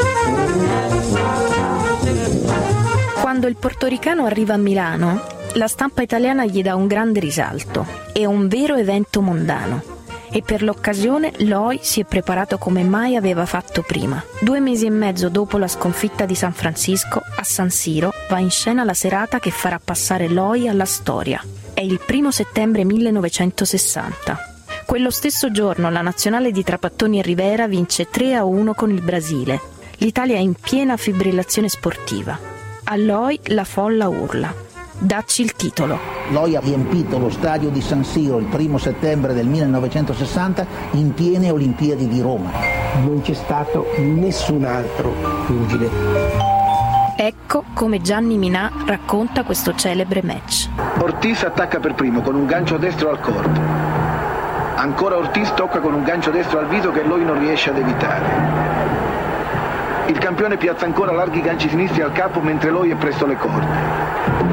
Quando il portoricano arriva a Milano, la stampa italiana gli dà un grande risalto. È un vero evento mondano. E per l'occasione Loi si è preparato come mai aveva fatto prima. Due mesi e mezzo dopo la sconfitta di San Francisco, a San Siro va in scena la serata che farà passare Loi alla storia. È il primo settembre millenovecentosessanta. Quello stesso giorno la nazionale di Trapattoni e Rivera vince tre a uno con il Brasile. L'Italia è in piena fibrillazione sportiva. A Loi la folla urla: dacci il titolo. Loi ha riempito lo stadio di San Siro il primo settembre del millenovecentosessanta in piene Olimpiadi di Roma. Non c'è stato nessun altro pugile. Ecco come Gianni Minà racconta questo celebre match. Ortiz attacca per primo con un gancio destro al corpo. Ancora Ortiz tocca con un gancio destro al viso che Loi non riesce ad evitare. Il campione piazza ancora larghi ganci sinistri al capo mentre Loi è presso le corde.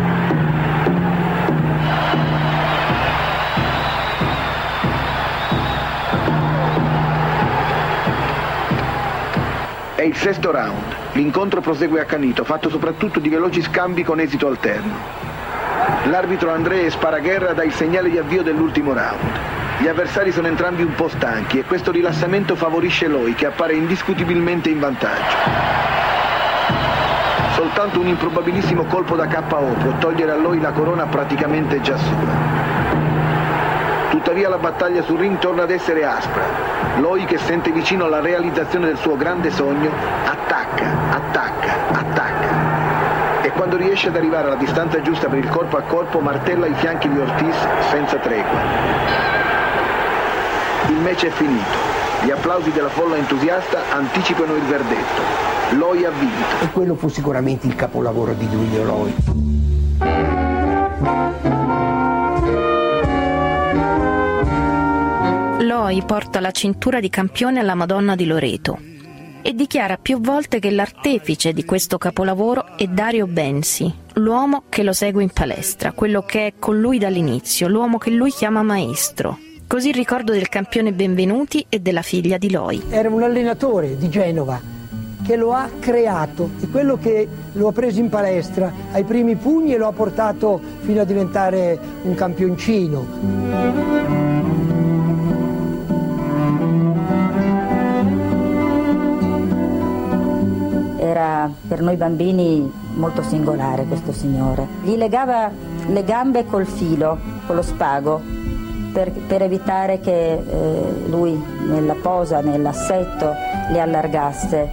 È il sesto round. L'incontro prosegue accanito, fatto soprattutto di veloci scambi con esito alterno. L'arbitro André Esparagherra dà il segnale di avvio dell'ultimo round. Gli avversari sono entrambi un po' stanchi e questo rilassamento favorisce Loi, che appare indiscutibilmente in vantaggio. Soltanto un improbabilissimo colpo da K O può togliere a Loi la corona praticamente già sua. Tuttavia la battaglia sul ring torna ad essere aspra. Loi, che sente vicino alla realizzazione del suo grande sogno, attacca, attacca, attacca. E quando riesce ad arrivare alla distanza giusta per il corpo a corpo, martella i fianchi di Ortiz senza tregua. Il match è finito. Gli applausi della folla entusiasta anticipano il verdetto. Loi ha vinto. E quello fu sicuramente il capolavoro di Duilio Loi. Loi porta la cintura di campione alla Madonna di Loreto e dichiara più volte che l'artefice di questo capolavoro è Dario Bensi, l'uomo che lo segue in palestra, quello che è con lui dall'inizio, l'uomo che lui chiama maestro. Così il ricordo del campione Benvenuti e della figlia di Loi. Era un allenatore di Genova che lo ha creato, e quello che lo ha preso in palestra ai primi pugni e lo ha portato fino a diventare un campioncino. Era per noi bambini molto singolare questo signore. Gli legava le gambe col filo, con lo spago, per, per evitare che eh, lui nella posa, nell'assetto, le allargasse.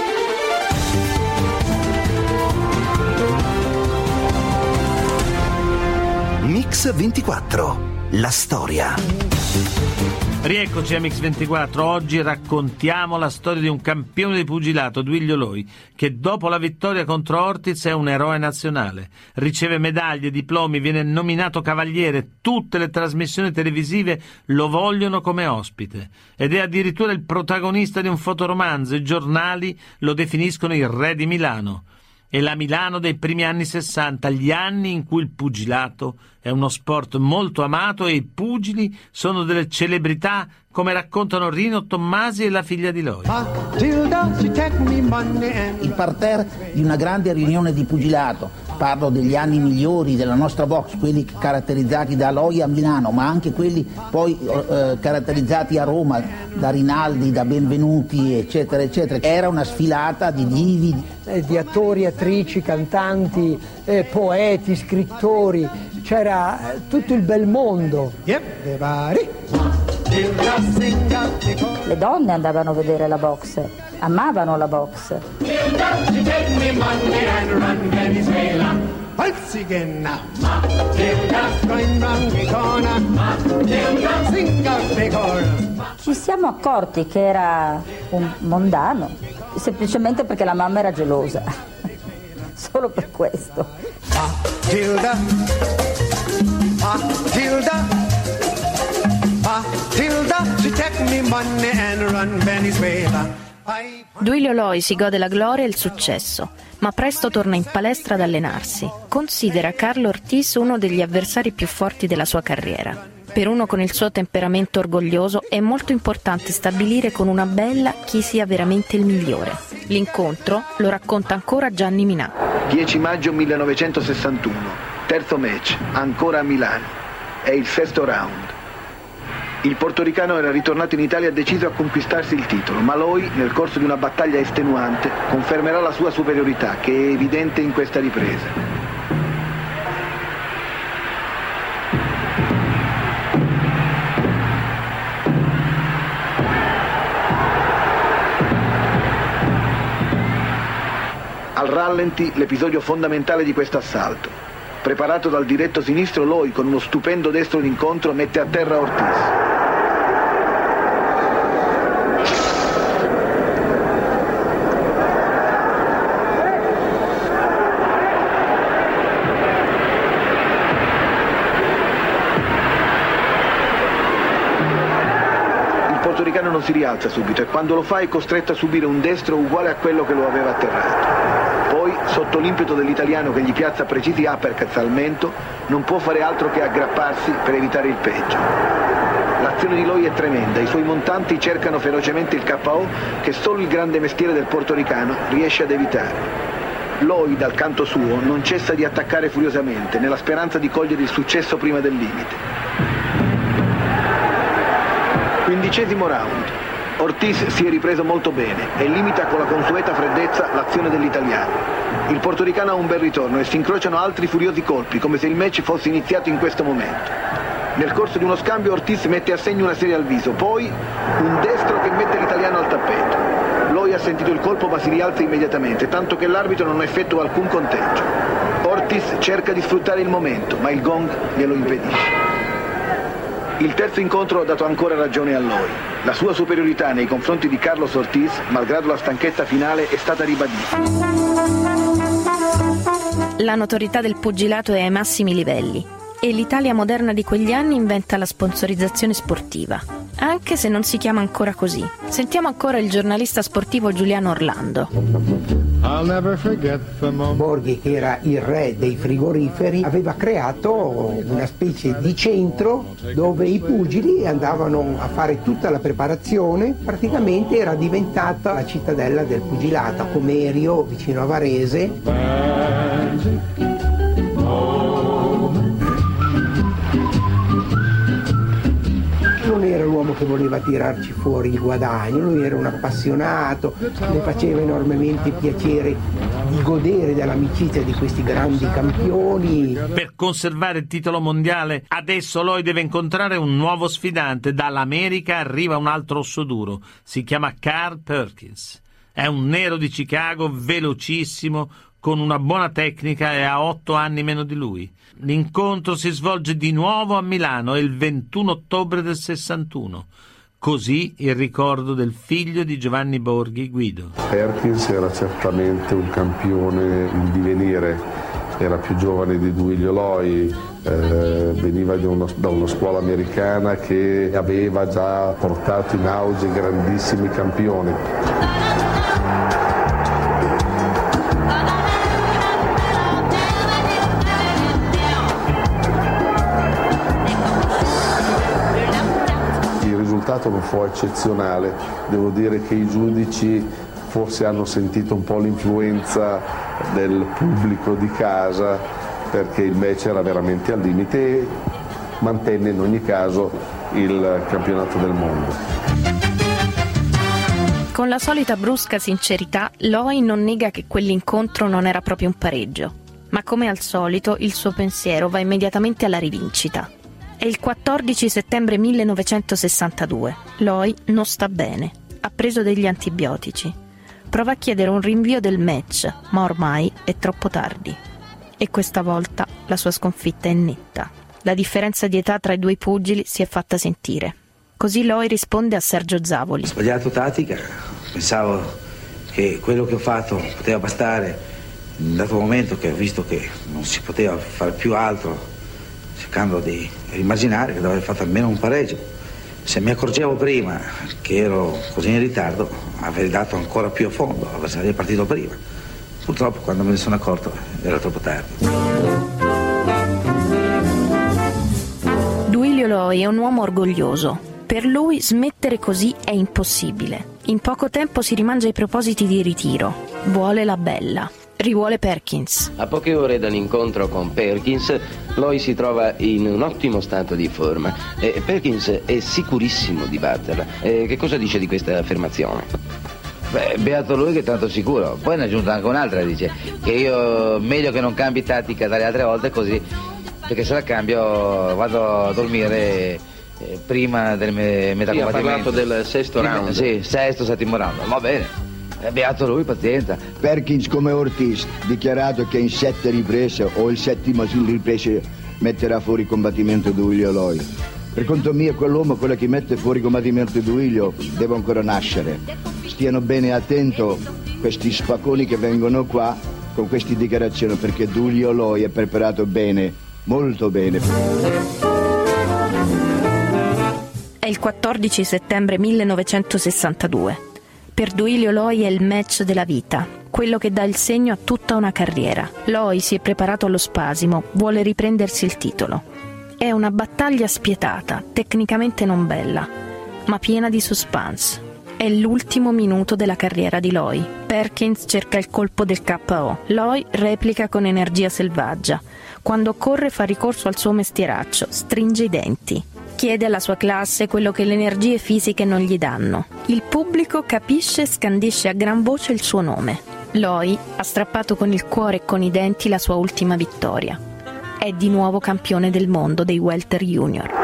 Mix ventiquattro, la storia. Rieccoci a Mix ventiquattro, oggi raccontiamo la storia di un campione di pugilato, Duilio Loi, che dopo la vittoria contro Ortiz è un eroe nazionale, riceve medaglie, diplomi, viene nominato cavaliere, tutte le trasmissioni televisive lo vogliono come ospite ed è addirittura il protagonista di un fotoromanzo, i giornali lo definiscono il re di Milano. È la Milano dei primi anni sessanta, gli anni in cui il pugilato è uno sport molto amato e i pugili sono delle celebrità, come raccontano Rino Tommasi e la figlia di Loi. Il parterre di una grande riunione di pugilato, parlo degli anni migliori della nostra box, quelli caratterizzati da Loi a Milano, ma anche quelli poi eh, caratterizzati a Roma da Rinaldi, da Benvenuti, eccetera, eccetera. Era una sfilata di divi, eh, di attori, attrici, cantanti, eh, poeti, scrittori, c'era eh, tutto il bel mondo. Le donne andavano a vedere la box, amavano la box. Ci siamo accorti che era un mondano, semplicemente perché la mamma era gelosa, solo per questo. Matilda, Matilda, Matilda, she take me money and run Venezuela. Duilio Loi si gode la gloria e il successo, ma presto torna in palestra ad allenarsi. Considera Carlo Ortiz uno degli avversari più forti della sua carriera. Per uno con il suo temperamento orgoglioso è molto importante stabilire con una bella chi sia veramente il migliore. L'incontro lo racconta ancora Gianni Minà. dieci maggio millenovecentosessantuno, terzo match, ancora a Milano. È il sesto round. Il portoricano era ritornato in Italia deciso a conquistarsi il titolo, ma Loi, nel corso di una battaglia estenuante, confermerà la sua superiorità, che è evidente in questa ripresa. Al rallenti l'episodio fondamentale di questo assalto. Preparato dal diretto sinistro, Loi, con uno stupendo destro d'incontro, mette a terra Ortiz. Il portoricano non si rialza subito e quando lo fa è costretto a subire un destro uguale a quello che lo aveva atterrato. Poi, sotto l'impeto dell'italiano che gli piazza precisi uppercuts al mento, non può fare altro che aggrapparsi per evitare il peggio. L'azione di Loi è tremenda, i suoi montanti cercano ferocemente il K O che solo il grande mestiere del portoricano riesce ad evitare. Loi, dal canto suo, non cessa di attaccare furiosamente, nella speranza di cogliere il successo prima del limite. Quindicesimo round. Ortiz si è ripreso molto bene e limita con la consueta freddezza l'azione dell'italiano. Il portoricano ha un bel ritorno e si incrociano altri furiosi colpi, come se il match fosse iniziato in questo momento. Nel corso di uno scambio Ortiz mette a segno una serie al viso, poi un destro che mette l'italiano al tappeto. Loi ha sentito il colpo ma si rialza immediatamente, tanto che l'arbitro non effettua alcun conteggio. Ortiz cerca di sfruttare il momento, ma il gong glielo impedisce. Il terzo incontro ha dato ancora ragione a Loi. La sua superiorità nei confronti di Carlos Ortiz, malgrado la stanchezza finale, è stata ribadita. La notorietà del pugilato è ai massimi livelli e l'Italia moderna di quegli anni inventa la sponsorizzazione sportiva. anche se non si chiama ancora così. Sentiamo ancora il giornalista sportivo Giuliano Orlando. Borghi, che era il re dei frigoriferi, aveva creato una specie di centro dove i pugili andavano a fare tutta la preparazione. Praticamente era diventata la cittadella del pugilato, Comerio, vicino a Varese. Non era l'uomo che voleva tirarci fuori il guadagno, lui era un appassionato, le faceva enormemente piacere di godere dell'amicizia di questi grandi campioni. Per conservare il titolo mondiale, adesso Loi deve incontrare un nuovo sfidante. Dall'America arriva un altro osso duro, si chiama Carl Perkins. È un nero di Chicago, velocissimo, con una buona tecnica e ha otto anni meno di lui. L'incontro si svolge di nuovo a Milano il ventuno ottobre del sessantuno. Così il ricordo del figlio di Giovanni Borghi, Guido. Perkins era certamente un campione in divenire, era più giovane di Duilio Loi, eh, veniva di uno, da una scuola americana che aveva già portato in auge grandissimi campioni. Il risultato non fu eccezionale, devo dire che i giudici forse hanno sentito un po' l'influenza del pubblico di casa, perché il match era veramente al limite e mantenne in ogni caso il campionato del mondo. Con la solita brusca sincerità, Loi non nega che quell'incontro non era proprio un pareggio, ma come al solito il suo pensiero va immediatamente alla rivincita. È il quattordici settembre millenovecentosessantadue. Loi non sta bene, ha preso degli antibiotici. Prova a chiedere un rinvio del match, ma ormai è troppo tardi. E questa volta la sua sconfitta è netta. La differenza di età tra i due pugili si è fatta sentire. Così Loi risponde a Sergio Zavoli. Ho sbagliato tattica, pensavo che quello che ho fatto poteva bastare. In un dato momento che ho visto che non si poteva fare più altro, cercando di immaginare che dovevo aver fatto almeno un pareggio. Se mi accorgevo prima che ero così in ritardo, avrei dato ancora più a fondo, sarei partito prima. Purtroppo quando me ne sono accorto era troppo tardi. Duilio Loi è un uomo orgoglioso. Per lui smettere così è impossibile. In poco tempo si rimangia i propositi di ritiro. Vuole la bella. Rivuole Perkins. A poche ore dall'incontro con Perkins, Loi si trova in un ottimo stato di forma. Eh, Perkins è sicurissimo di batterla. Eh, che cosa dice di questa affermazione? Beh, beato lui che è tanto sicuro. Poi ne ha aggiunto anche un'altra, dice che io meglio che non cambi tattica dalle altre volte così, perché se la cambio vado a dormire eh, prima del me- metà sì, combattimento. Ha parlato del sesto round. Sì, sesto, settimo round. Va bene. Beato lui, pazienza. Perkins come Ortiz dichiarato che in sette riprese o il settimo riprese metterà fuori combattimento Duilio Loi. Per conto mio quell'uomo, quello che mette fuori combattimento Duilio, deve ancora nascere. Stiano bene attento questi spacconi che vengono qua con queste dichiarazioni, perché Duilio Loi è preparato bene, molto bene. È il quattordici settembre millenovecentosessantadue. Per Duilio Loi è il match della vita, quello che dà il segno a tutta una carriera. Loi si è preparato allo spasimo, vuole riprendersi il titolo. È una battaglia spietata, tecnicamente non bella, ma piena di suspense. È l'ultimo minuto della carriera di Loi. Perkins cerca il colpo del K O. Loi replica con energia selvaggia. Quando occorre fa ricorso al suo mestieraccio, stringe i denti. Chiede alla sua classe quello che le energie fisiche non gli danno. Il pubblico capisce e scandisce a gran voce il suo nome. Loi ha strappato con il cuore e con i denti la sua ultima vittoria. È di nuovo campione del mondo dei welter junior.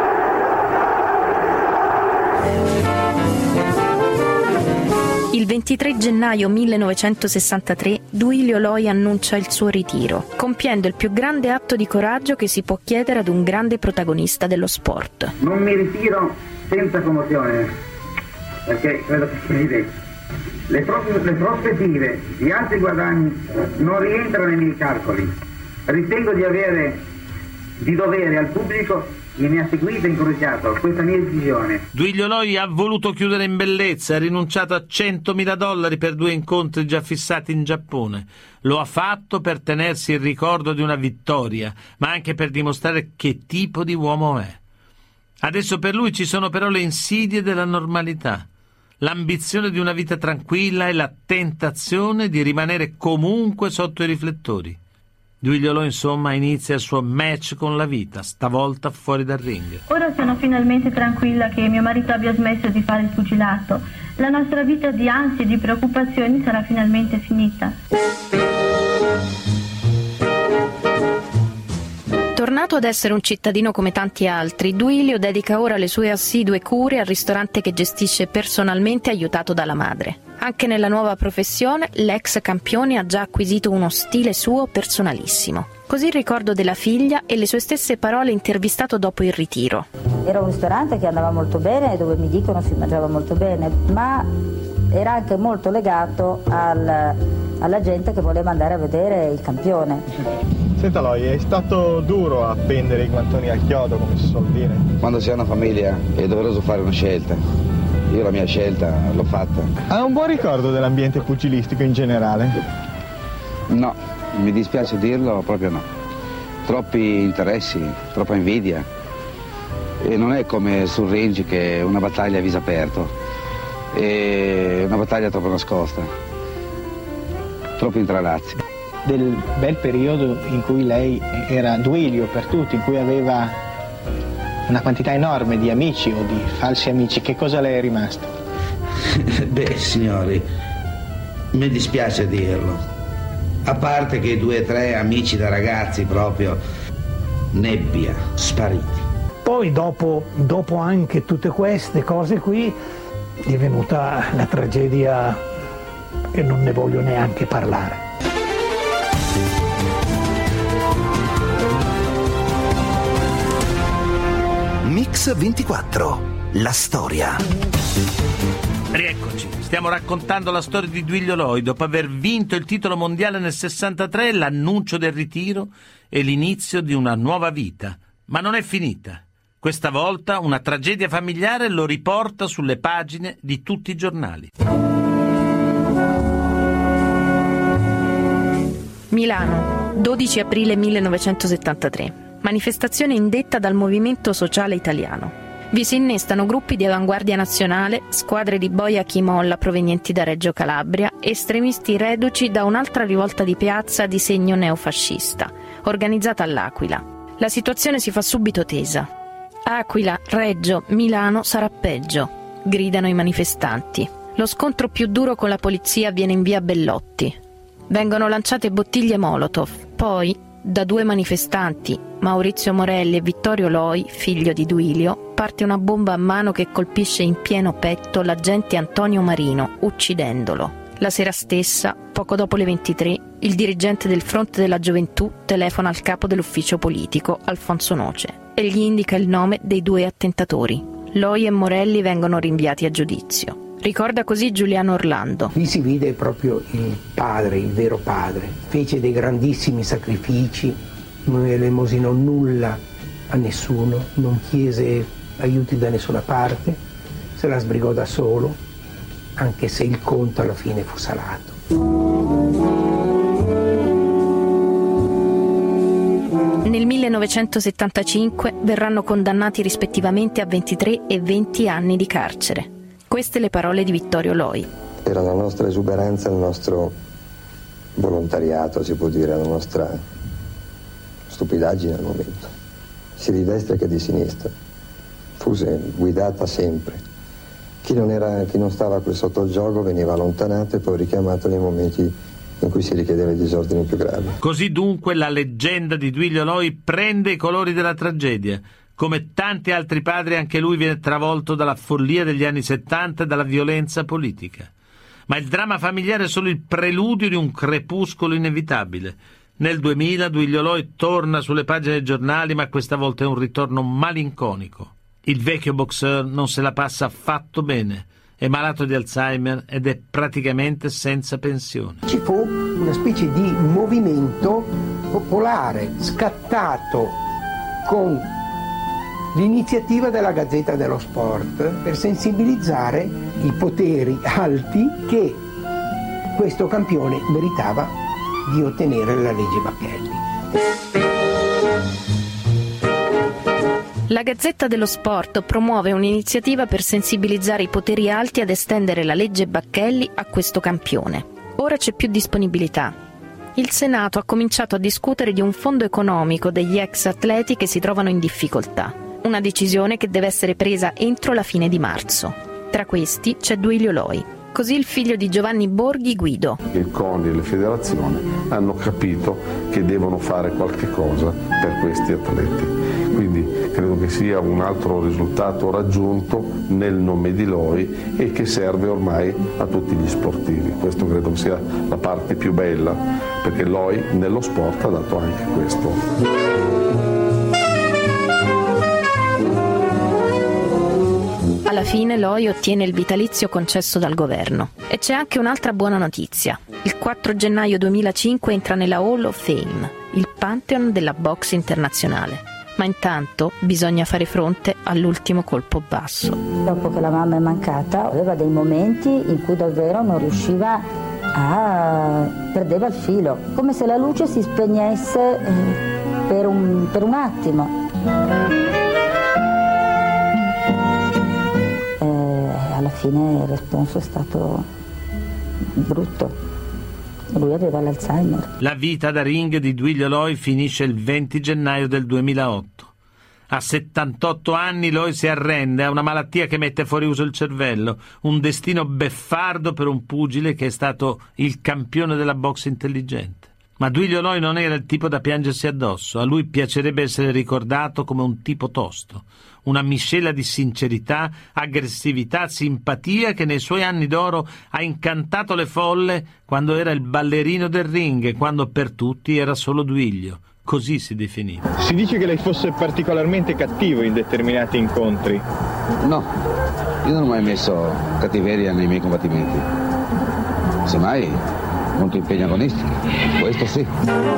Il ventitré gennaio millenovecentosessantatré Duilio Loi annuncia il suo ritiro, compiendo il più grande atto di coraggio che si può chiedere ad un grande protagonista dello sport. Non mi ritiro senza commozione, perché credo che sia evidente. Le, pro- le prospettive di altri guadagni non rientrano nei miei calcoli. Ritengo di avere di dovere al pubblico e mi ha seguito e incoraggiato a questa mia decisione. Duilio Loi ha voluto chiudere in bellezza, ha rinunciato a centomila dollari per due incontri già fissati in Giappone. Lo ha fatto per tenersi il ricordo di una vittoria, ma anche per dimostrare che tipo di uomo è. Adesso per lui ci sono però le insidie della normalità, l'ambizione di una vita tranquilla e la tentazione di rimanere comunque sotto i riflettori. Duilio Loi, insomma, inizia il suo match con la vita, stavolta fuori dal ring. Ora sono finalmente tranquilla che mio marito abbia smesso di fare il pugilato. La nostra vita di ansie e di preoccupazioni sarà finalmente finita. Tornato ad essere un cittadino come tanti altri, Duilio dedica ora le sue assidue cure al ristorante che gestisce personalmente, aiutato dalla madre. Anche nella nuova professione, l'ex campione ha già acquisito uno stile suo personalissimo. Così il ricordo della figlia e le sue stesse parole intervistato dopo il ritiro. Era un ristorante che andava molto bene e dove mi dicono si mangiava molto bene, ma era anche molto legato al, alla gente che voleva andare a vedere il campione. Senta Loi, è stato duro appendere i guantoni al chiodo, come si suol dire? Quando si ha una famiglia è doveroso fare una scelta. Io la mia scelta l'ho fatta. Ha un buon ricordo dell'ambiente pugilistico in generale? No, mi dispiace dirlo, proprio no. Troppi interessi, troppa invidia. E non è come sul ring che è una battaglia a viso aperto. È una battaglia troppo nascosta. Troppi intralazzi. Del bel periodo in cui lei era Duilio per tutti, in cui aveva una quantità enorme di amici o di falsi amici, che cosa le è rimasto? Beh, signori, mi dispiace dirlo. A parte che due o tre amici da ragazzi proprio nebbia, spariti. Poi dopo, dopo anche tutte queste cose qui è venuta la tragedia e non ne voglio neanche parlare. Mix ventiquattro, la storia. Rieccoci, stiamo raccontando la storia di Duilio Loi dopo aver vinto il titolo mondiale nel sessantatré, l'annuncio del ritiro e l'inizio di una nuova vita. Ma non è finita. Questa volta una tragedia familiare lo riporta sulle pagine di tutti i giornali. Milano, dodici aprile millenovecentosettantatré. Manifestazione indetta dal Movimento Sociale Italiano. Vi si innestano gruppi di avanguardia nazionale, squadre di boia chi molla provenienti da Reggio Calabria, estremisti reduci da un'altra rivolta di piazza di segno neofascista, organizzata all'Aquila. La situazione si fa subito tesa. Aquila, Reggio, Milano sarà peggio, gridano i manifestanti. Lo scontro più duro con la polizia avviene in via Bellotti. Vengono lanciate bottiglie Molotov, poi da due manifestanti, Maurizio Morelli e Vittorio Loi, figlio di Duilio, parte una bomba a mano che colpisce in pieno petto l'agente Antonio Marino, uccidendolo. La sera stessa, poco dopo le ventitré, il dirigente del Fronte della Gioventù telefona al capo dell'ufficio politico, Alfonso Noce, e gli indica il nome dei due attentatori. Loi e Morelli vengono rinviati a giudizio. Ricorda così Giuliano Orlando. Lì si vide proprio il padre, il vero padre. Fece dei grandissimi sacrifici, non elemosinò nulla a nessuno, non chiese aiuti da nessuna parte, se la sbrigò da solo, anche se il conto alla fine fu salato. Nel millenovecentosettantacinque verranno condannati rispettivamente a ventitré e venti anni di carcere. Queste le parole di Vittorio Loi. Era la nostra esuberanza, il nostro volontariato, si può dire, la nostra stupidaggine al momento, sia di destra che di sinistra. Fu guidata sempre. Chi non, era, chi non stava sotto il gioco veniva allontanato e poi richiamato nei momenti in cui si richiedeva i disordini più gravi. Così dunque la leggenda di Duilio Loi prende i colori della tragedia. Come tanti altri padri, anche lui viene travolto dalla follia degli anni settanta e dalla violenza politica. Ma il dramma familiare è solo il preludio di un crepuscolo inevitabile. Nel duemila Duilio Loi torna sulle pagine dei giornali, ma questa volta è un ritorno malinconico. Il vecchio boxer non se la passa affatto bene, è malato di Alzheimer ed è praticamente senza pensione. Ci fu una specie di movimento popolare scattato con l'iniziativa della Gazzetta dello Sport per sensibilizzare i poteri alti che questo campione meritava di ottenere la legge Bacchelli. La Gazzetta dello Sport promuove un'iniziativa per sensibilizzare i poteri alti ad estendere la legge Bacchelli a questo campione. Ora c'è più disponibilità. Il Senato ha cominciato a discutere di un fondo economico degli ex atleti che si trovano in difficoltà. Una decisione che deve essere presa entro la fine di marzo. Tra questi c'è Duilio Loi. Così il figlio di Giovanni Borghi, Guido. Il CONI e le federazioni hanno capito che devono fare qualche cosa per questi atleti. Quindi credo che sia un altro risultato raggiunto nel nome di Loi e che serve ormai a tutti gli sportivi. Questo credo che sia la parte più bella, perché Loi nello sport ha dato anche questo. Alla fine Loi ottiene il vitalizio concesso dal governo. E c'è anche un'altra buona notizia. Il quattro gennaio duemilacinque entra nella Hall of Fame, il Pantheon della boxe internazionale. Ma intanto bisogna fare fronte all'ultimo colpo basso. Dopo che la mamma è mancata, aveva dei momenti in cui davvero non riusciva a... perdeva il filo, come se la luce si spegnesse eh, per, un, per un attimo. Alla fine il responso è stato brutto. Lui aveva l'Alzheimer. La vita da ring di Duilio Loi finisce il venti gennaio del duemilaotto. A settantotto anni Loi si arrende a una malattia che mette fuori uso il cervello, un destino beffardo per un pugile che è stato il campione della boxe intelligente. Ma Duilio Loi non era il tipo da piangersi addosso. A lui piacerebbe essere ricordato come un tipo tosto, una miscela di sincerità, aggressività, simpatia che nei suoi anni d'oro ha incantato le folle quando era il ballerino del ring e quando per tutti era solo Duilio. Così si definiva. Si dice che lei fosse particolarmente cattivo in determinati incontri. No, io non ho mai messo cattiveria nei miei combattimenti. Semmai molto impegno agonistico, questo sì.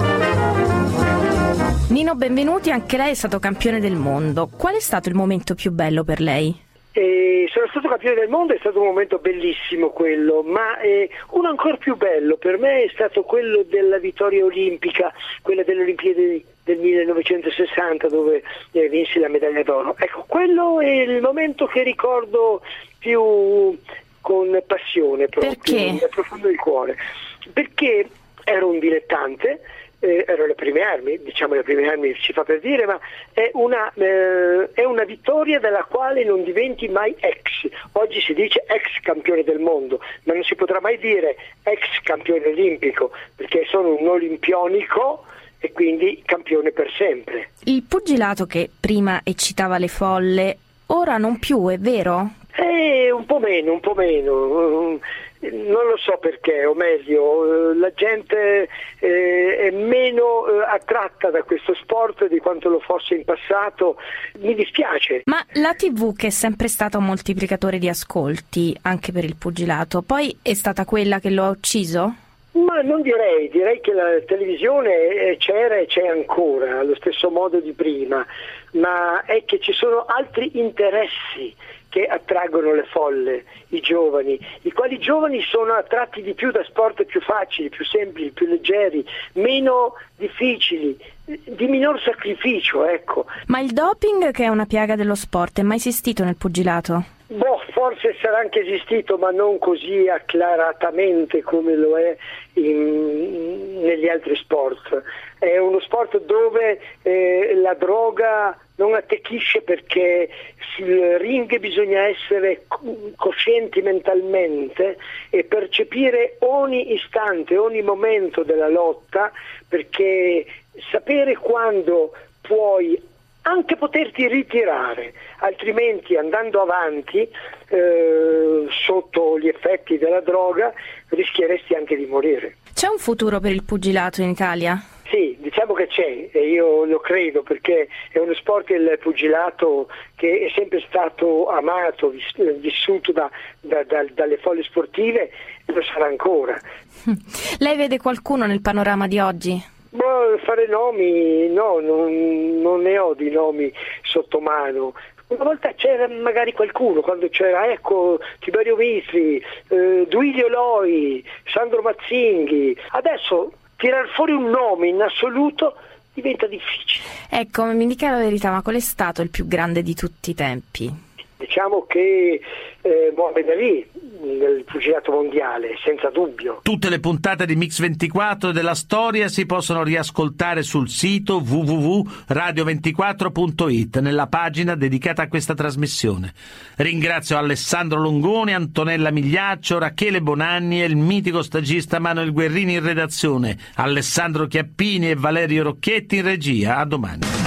Nino Benvenuti, anche lei è stato campione del mondo. Qual è stato il momento più bello per lei? Eh, sono stato campione del mondo, è stato un momento bellissimo quello, ma eh, uno ancora più bello per me è stato quello della vittoria olimpica, quella delle Olimpiadi del millenovecentosessanta, dove eh, vinsi la medaglia d'oro. Ecco, quello è il momento che ricordo più con passione, proprio. Perché? Nel profondo del cuore. Perché ero un dilettante, eh, ero alle prime armi, diciamo le prime armi ci fa per dire, ma è una, eh, è una vittoria dalla quale non diventi mai ex. Oggi si dice ex campione del mondo, ma non si potrà mai dire ex campione olimpico, perché sono un olimpionico e quindi campione per sempre. Il pugilato che prima eccitava le folle, ora non più, è vero? Eh, un po' meno, un po' meno. Non lo so perché, o meglio, la gente eh, è meno eh, attratta da questo sport di quanto lo fosse in passato. Mi dispiace. Ma la tivù, che è sempre stata un moltiplicatore di ascolti anche per il pugilato, poi è stata quella che lo ha ucciso? Ma non direi, direi che la televisione c'era e c'è ancora, allo stesso modo di prima, ma è che ci sono altri interessi che attraggono le folle, i giovani, i quali giovani sono attratti di più da sport più facili, più semplici, più leggeri, meno difficili, di minor sacrificio, ecco. Ma il doping, che è una piaga dello sport, è mai esistito nel pugilato? Boh, forse sarà anche esistito, ma non così acclaratamente come lo è in, negli altri sport. È uno sport dove eh, la droga non attecchisce, perché sul ring bisogna essere coscienti mentalmente e percepire ogni istante, ogni momento della lotta, perché sapere quando puoi anche poterti ritirare, altrimenti andando avanti eh, sotto gli effetti della droga rischieresti anche di morire. C'è un futuro per il pugilato in Italia? Sì, diciamo che c'è, e io lo credo, perché è uno sport, il pugilato, che è sempre stato amato, vissuto da, da, da, dalle folle sportive, e lo sarà ancora. Lei vede qualcuno nel panorama di oggi? Boh, fare nomi, no, non, non ne ho di nomi sotto mano. Una volta c'era magari qualcuno, quando c'era, ecco, Tiberio Mizzi, eh, Duilio Loi, Sandro Mazzinghi. Adesso tirar fuori un nome in assoluto diventa difficile. Ecco, mi dica la verità, ma qual è stato il più grande di tutti i tempi? Diciamo che eh, Muhammad Ali nel pugilato mondiale, senza dubbio. Tutte le puntate di Mix ventiquattro della storia si possono riascoltare sul sito w w w punto radio ventiquattro punto i t nella pagina dedicata a questa trasmissione. Ringrazio Alessandro Longoni, Antonella Migliaccio, Rachele Bonanni e il mitico stagista Manuel Guerrini in redazione, Alessandro Chiappini e Valerio Rocchetti in regia. A domani.